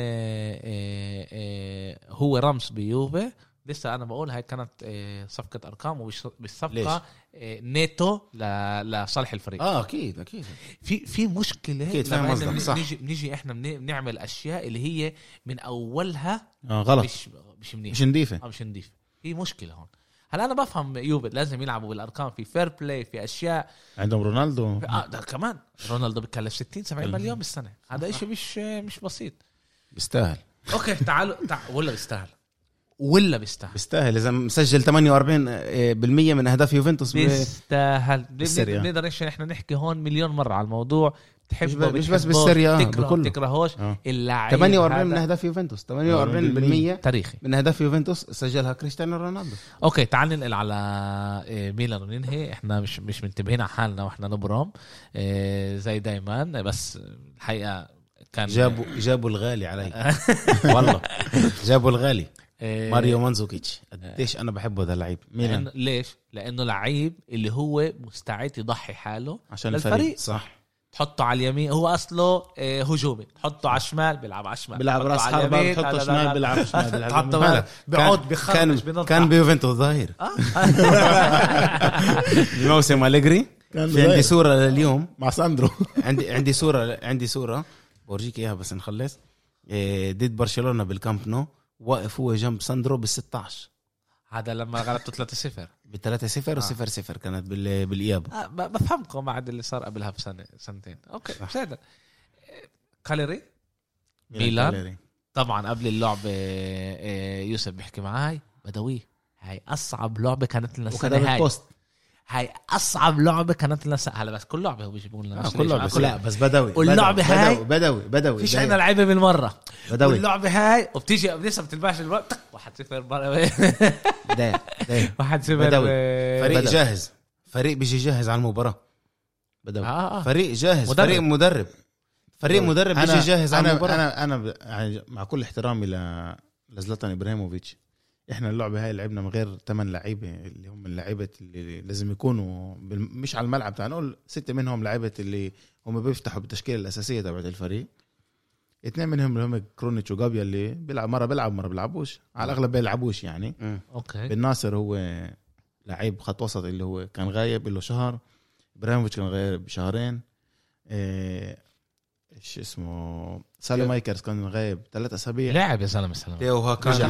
هو رمز بيوفي. لسه انا بقول هاي كانت صفقه ارقام وبالصفقه نيتو لصالح الفريق. اكيد في مشكله لما نيجي احنا بنعمل اشياء اللي هي من اولها غلط مش منيح مش نضيفه مش نضيفه. في مشكله هون. هلا انا بفهم يوفي لازم يلعبوا بالارقام في فير بلاي في اشياء عندهم رونالدو ده كمان رونالدو بكلف 60-70 مليون بالسنه هذا إشي مش بسيط بيستاهل اوكي تعالوا ولا بيستاهل بيستاهل اذا مسجل 48% من اهداف يوفنتوس بيستاهل بالسيريا. بنقدر احنا نحكي هون مليون مره على الموضوع تحبه مش بس بالسيريا تكره تكرهوش اللاعب 48 من اهداف يوفنتوس 48% تاريخي من اهداف يوفنتوس سجلها كريستيانو رونالدو. اوكي تعال ننقل على ميلان وننهي. احنا مش منتبهين على حالنا واحنا نبرم زي دايما بس الحقيقه كان جابوا الغالي علي والله جابوا الغالي ماريو مانزوكيتش. قديش انا بحبه هذا اللعيب. ليش؟ لانه لعيب اللي هو مستعد يضحي حاله عشان الفريق. صح. تحطه على اليمين هو اصله هجومي تحطه على الشمال بيلعب على الشمال بيلعب راس حربة تحطه شمال بيلعب شمال تحطه بيقعد بيخرج كان بيوفنتوس ظاهر بموسم أليجري. عندي صورة لليوم مع ساندرو عندي صورة بورجيك اياها بس نخلص. ضد برشلونة بالكامب نو واقف هو جنب ساندرو بال16. هذا لما غلبته 3-0 ب3-0 و0-0 كانت بالإياب. بفهمكم بعد اللي صار قبلها سنتين. اوكي مش هذا كاليري ميلان طبعا قبل اللعبة. يوسف بيحكي معاي بدوي هاي أصعب لعبة كانت لنا السنة هاي أصعب لعبة كانت لنا هلا بس كل لعبة هو بيجي بيقول لنا كل لعبة لا بس بدوي واللعبة هاي بدوي فيش عنا لعيبة بالمرة بدوي واللعبة هاي وبتيجي بنسبة بتلباش الوقت 1-0 ده 1-0 فريق جاهز. فريق بيجي جاهز على المباراة بدوي. فريق جاهز فريق مدرب بيجي جاهز على المباراة. انا يعني مع كل احترامي لزلاتان ابراهيموفيتش احنا اللعبه هاي لعبنا من غير 8 لعيبه اللي هم اللعيبه اللي لازم يكونوا مش على الملعب تعال نقول 6 منهم لعيبه اللي هم بيفتحوا بالتشكيله الاساسيه تبعت الفريق. 2 منهم اللي هم كرونيتش وجابيا اللي بيلعب مره بيلعبوش على الاغلب بيلعبوش يعني. اوكي بالناصر هو لعيب خط وسط اللي هو كان غايب له شهر. ابراهيموفيتش كان غايب شهرين. ايش اسمه سالم مايكرز كان غايب 3 أسابيع. لاعب يا زلمه سلام تيو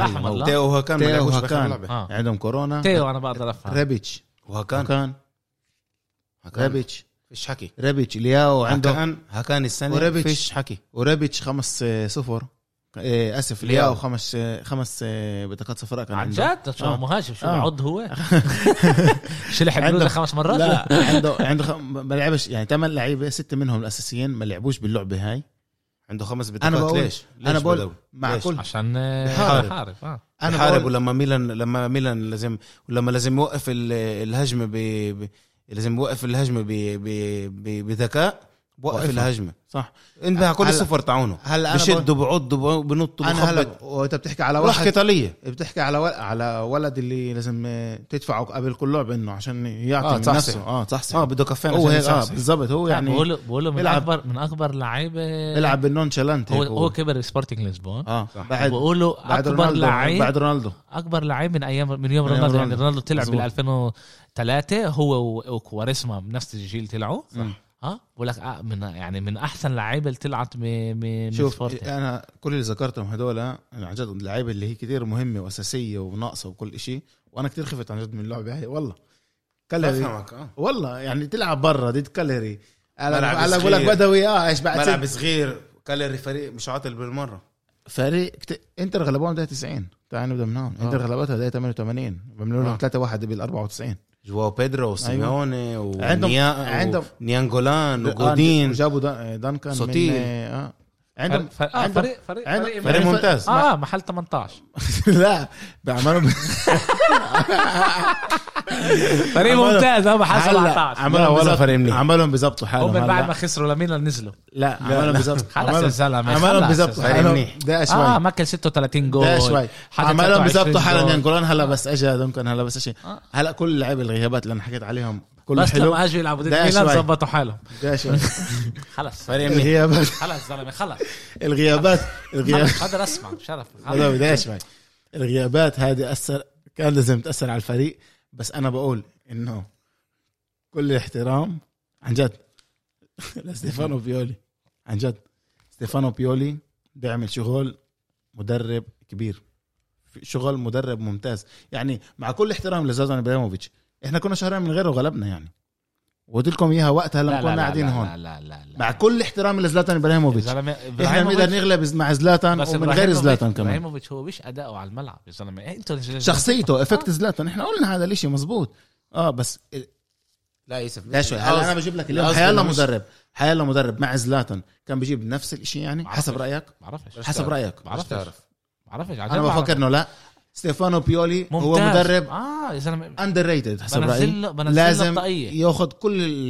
هاكان عندهم كورونا. تيو انا بقدر افهم. رابيتش وهاكان رابيتش فيش حكي. رابيتش لياو عنده هاكان السنة فيش حكي. ورابيتش 5-0 اسف لياو 5 بطاقات صفراء كان عن جد شو مهاجم شو عض هو شو لحق عنده 5 مرات. لا عنده ما لعبش يعني 8 لعيبه 6 منهم الاساسيين ما لعبوش باللعبه هاي. عنده 5 بطاقات. ليش انا بقول مع كل عشان يحارب انا بحارب. ولما ميلان لازم يوقف الهجمه لازم يوقف الهجمه بذكاء. بوقف الهجمه صح. انت كل الصفر تاعونه بشدوا بعضوا بنطوا بخبط. وانت بتحكي على واحد ايطاليه بتحكي على ولد اللي لازم تدفعه قبل كل لعبه انه عشان يعطي من نفسه. صح بده كفين هو هيك بالضبط. هو يعني بقوله من اكبر لعيبه بيلعب بالنونشالانت. هو كبر سبورتنج لشبون. بعد بقوله اكبر لعيب بعد رونالدو اكبر لعيب من يوم رونالدو. يعني رونالدو تلعب بال 2003 هو وكواريسما بنفس الجيل طلعوا. بقول لك من احسن لعيبه اللي طلعت من سبورتنج. انا كل اللي ذكرتهم هدول عن جد اللعيبه اللي هي كتير مهمه واساسيه وناقصه وكل شيء. وانا كتير خفت عن جد من اللعبه هاي والله. كاليري والله يعني تلعب برا دي كاليري على بقول لك بدوي ايش بعد ملعب صغير. كاليري فريق مش عاطل بالمره. فريق انتر غلبوهم ده 90. تعال نبدا من هون. انتر غلبتها ده 88 بيعملوا لهم 3-1 بال94. جواو بيدرو وسيميوني عندهم نيانجولان وجودين وجابوا دانكان سوتيل. عندهم فريق ممتاز. محل 18 لا بعملهم فريق ممتاز. محل 17 عملهم بيزبطوا حالهم. ومن بعد ما خسروا لميلان نزلوا. لا عملهم بيزبطوا. عملهم بيزبطوا حالهم. ده شوي ماكل 36 جول. ده شوي عملهم بيزبطوا حالهم. ينقولون هلا بس اجى دونكن هلا بس شيء. هلا كل لعيبه الغيابات اللي انا حكيت عليهم كله بس حلو. لما اجوا يلعبوا ضد ميلان زبطوا حالهم. ده شوي خلص الغيابات. خلص زلمه خلص الغيابات هذا اسمع شرف. ده شوي الغيابات هذه كان لازم تأثر على الفريق. بس أنا بقول إنه كل احترام عن جد لستيفانو بيولي. عن جد ستيفانو بيولي بيعمل شغل مدرب كبير. شغل مدرب ممتاز يعني. مع كل احترام لزلاتان ابراهيموفيتش احنا كنا شهرين من غيره وغلبنا يعني، وقلت لكم اياها وقتها لما كنا قاعدين هون. لا مع كل احترام لزلاتان ابراهيموفيتش احنا بنقدر نغلب مع زلاتان ومن غير زلاتان كمان. ابراهيموفيتش هو مش اداؤه على الملعب يا زلمه، انتوا شخصيته افكت زلاتان احنا قلنا هذا الاشي مزبوط. بس لا يوسف لا شوي انا بجيب لك اليوم حيالله مدرب مع زلاتان كان بيجيب نفس الاشي يعني حسب رايك؟ بعرفش حسب رايك بعرفش انا بفكر انه لا ستيفانو بيولي هو مدرب يا زلمه اندر ريتد حسب رايي. لازم ياخذ كل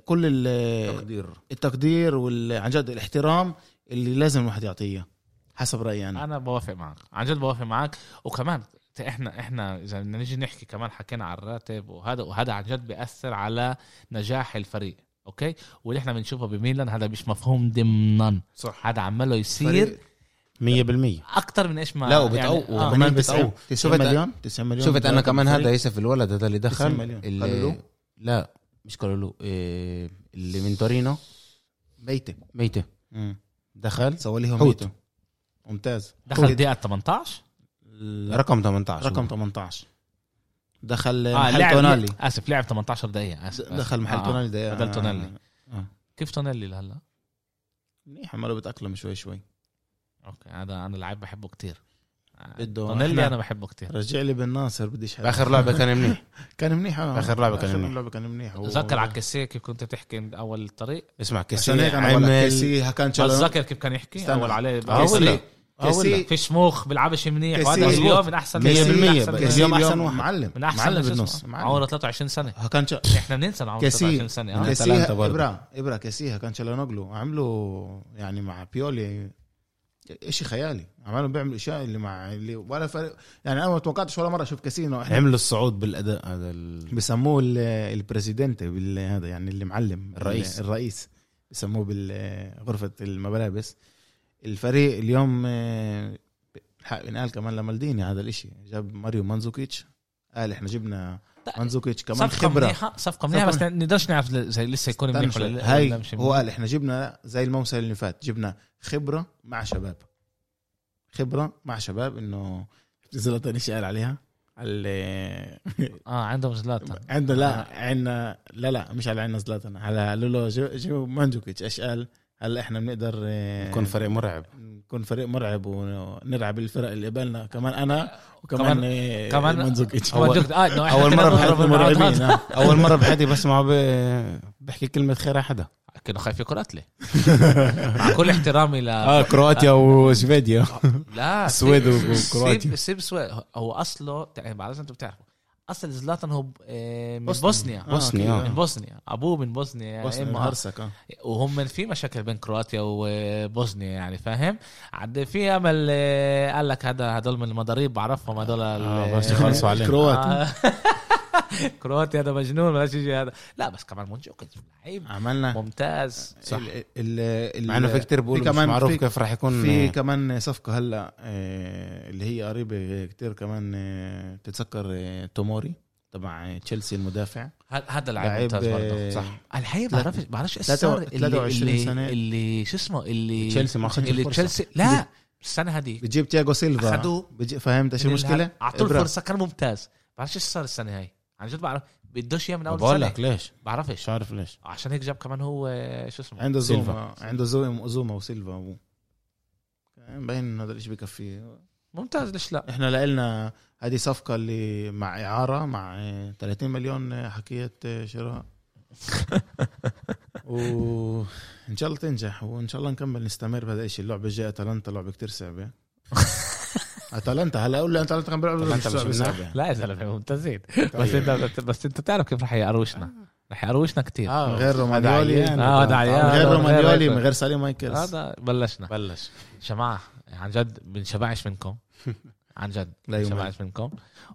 التقدير عن جد الاحترام اللي لازم الواحد يعطيه حسب رايي. انا بوافق معك عن جد بوافق معك. وكمان احنا اذا بدنا نيجي نحكي كمان حكينا على الراتب وهذا عن جد بيأثر على نجاح الفريق. اوكي واللي احنا بنشوفه بميلان هذا مش مفهوم ضمنا صح، هذا عماله يصير 100% اكتر من ايش ما لا وبتقو كمان 90 مليون شفت انا كمان هذا يوسف الولد هذا اللي دخل اللي لا مش كارلو اللي من تورينو ميته دخل سوى لهم ميته ممتاز. دخل دقيقة 18 رقم 18 دخل محل تونالي لعب 18 دقيقة دخل محل تونالي دقيقة بدل تونالي. كيف تونالي لهلا منيح عماله بتأقلم شوي. اوكي هذا انا لعيب بحبه كتير تونالي انا بحبه كتير. رجع لي بالناصر بديش اخر لعبه كان منيح اخر لعبه كان منيح تذكر على كيسيه كيف كنت تحكي اول الطريق. اسمع كيسيه كان تذكر كيف كان يحكي اول عليه كيسي فيش مخ بيلعبش منيح. وهذا اليوم من احسن 100% اليوم احسن معلم من احسن بالنص عمره 23 سنه. احنا ننسى عمره 23 سنه. ابرا كيسيها كان شالونوغلو عملوا يعني مع بيولي إشي خيالي. عملوا بيعمل اشياء اللي مع اللي ولا فرق يعني. انا ما توقعتش ولا مره اشوف كاسينو عملوا الصعود بالاداء هذا بيسموه البريزيدنت هذا يعني اللي معلم الرئيس بيسموه بالغرفه الملابس. الفريق اليوم قال كمان لمالديني هذا الاشي جاب ماريو مانزوكيتش قال احنا جبنا مانزوكيتش كمان صفقه منيحه بس نقدرش نعرف زي لسه يكون منيح ولا هاي. هو قال احنا جبنا زي الموسم اللي فات جبنا خبره مع شباب انه زلاتان ايش قال عليها عندهم زلاتان عنده عندنا لا مش على عنا زلاتان على لولو جو مانزوكيتش ايش قال هلا احنا بنقدر نكون فريق مرعب ونلعب الفرق اللي قبلنا كمان انا وكمان منزوكيتش اول مره بحياتي بسمع بحكي كلمه خير حدا كانوا خايف كراتلي مع كل احترامي كرواتيا وسويديا لا السويد وكرواتيا سيب سويد هو اصله بعرفش انتوا بتعرفوا اصل زلاتان هو من بوسنيا من بوسنيا ابوه من بوسنيا هرسك وهم في مشاكل بين كرواتيا وبوسنيا يعني فاهم. عاد في امل قال لك هدول من المضاريب بعرفهم هدول بس يخلصوا عليه كرواتيا هذا مجنون ولا شيء هذا. لا بس كمان مونجوكيتش لعيب عملنا ممتاز صح. مع انه في كتير بيقولوا مش معروف كيف راح يكون. في كمان صفقه هلا اللي هي قريبه كتير كمان تتذكر توموري تبع تشيلسي المدافع هذا لعيب ممتاز برضه صح. الحقيقه بعرفش ايش صار 23 سنه اللي شو اسمه اللي تشيلسي ما اخذش تشيلسي لا السنه هذه بتجيب تياغو سيلفا فهمت ايش المشكله اعطوا الفرصه كان ممتاز. بعرفش ايش صار السنه هاي عن جد بعرف بدوش اياه من اول سنه. بقول لك ليش بعرفش مش عارف ليش عشان هيك جاب كمان هو شو اسمه عنده زوما وسيلفا باين هذا الاشي بكفي ممتاز. ليش لا احنا لقلنا هذه صفقه اللي مع اعاره مع 30 مليون حكيت شراء وان شاء الله تنجح وان شاء الله نكمل نستمر بهذا الشيء. اللعبه الجايه اتلانتا لعبه كتير صعبه اتلانتا هلا اقول لي اتلانتا كان بيلعب لا يا زلمه ممتازين بس انت تعرف كيف رح يقروشنا كتير غير رومانيولي غير رومانيولي من غير سالي مايكلز. هذا بلش جماعه عن جد بنشبعش منكم عن جد بنشبعش منكم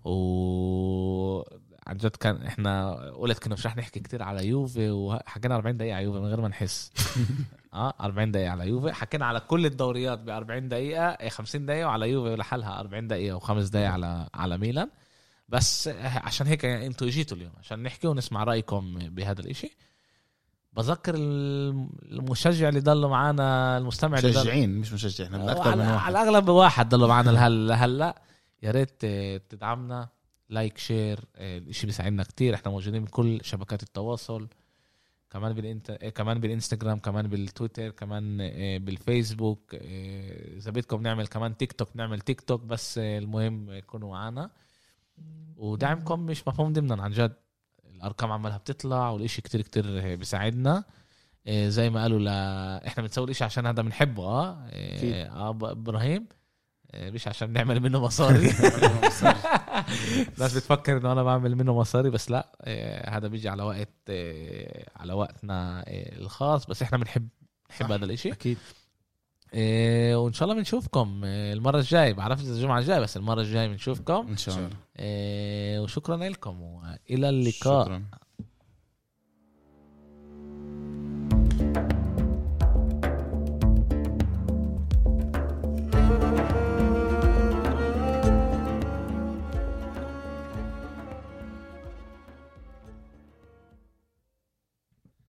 عن جد كان احنا قلت كنا مش رح نحكي كتير على يوفي وحكينا 40 دقيقه على يوفي من غير ما نحس 40 دقيقه على يوفي حكينا على كل الدوريات ب 40 دقيقه 50 دقيقه وعلى يوفي لحالها 40 دقيقه و5 دقائق على ميلان. بس عشان هيك انتوا اجيتوا اليوم عشان نحكي ونسمع رايكم بهذا الاشي. بذكر المشجع اللي ضلوا معنا المستمع مشجعين مش مشجع احنا اكثر من واحد على الاغلب واحد ضلوا معنا هلا يا ريت تدعمنا لايك شير، الاشي بيساعدنا كتير. احنا موجودين بكل شبكات التواصل، كمان بالانستغرام، كمان بالتويتر، كمان بالفيسبوك. اذا بدكم نعمل كمان تيك توك نعمل تيك توك، بس المهم كونوا معنا. ودعمكم مش مفهوم ضمنا، عن جد الارقام عمالها بتطلع والاشي كتير كتير بيساعدنا. زي ما قالوا احنا بنسوي الاشي عشان هذا بنحبه. ابراهيم مش عشان نعمل منه مصاري. الناس بتفكر انه انا بعمل منه مصاري، بس لا، هذا بيجي على وقت، على وقتنا الخاص، بس احنا بنحب هذا الاشي اكيد. وان شاء الله بنشوفكم المره الجايه. بعرف اذا الجمعه الجايه، بس المره الجايه بنشوفكم ان شاء الله. وشكرا لكم والى اللقاء. شكرا.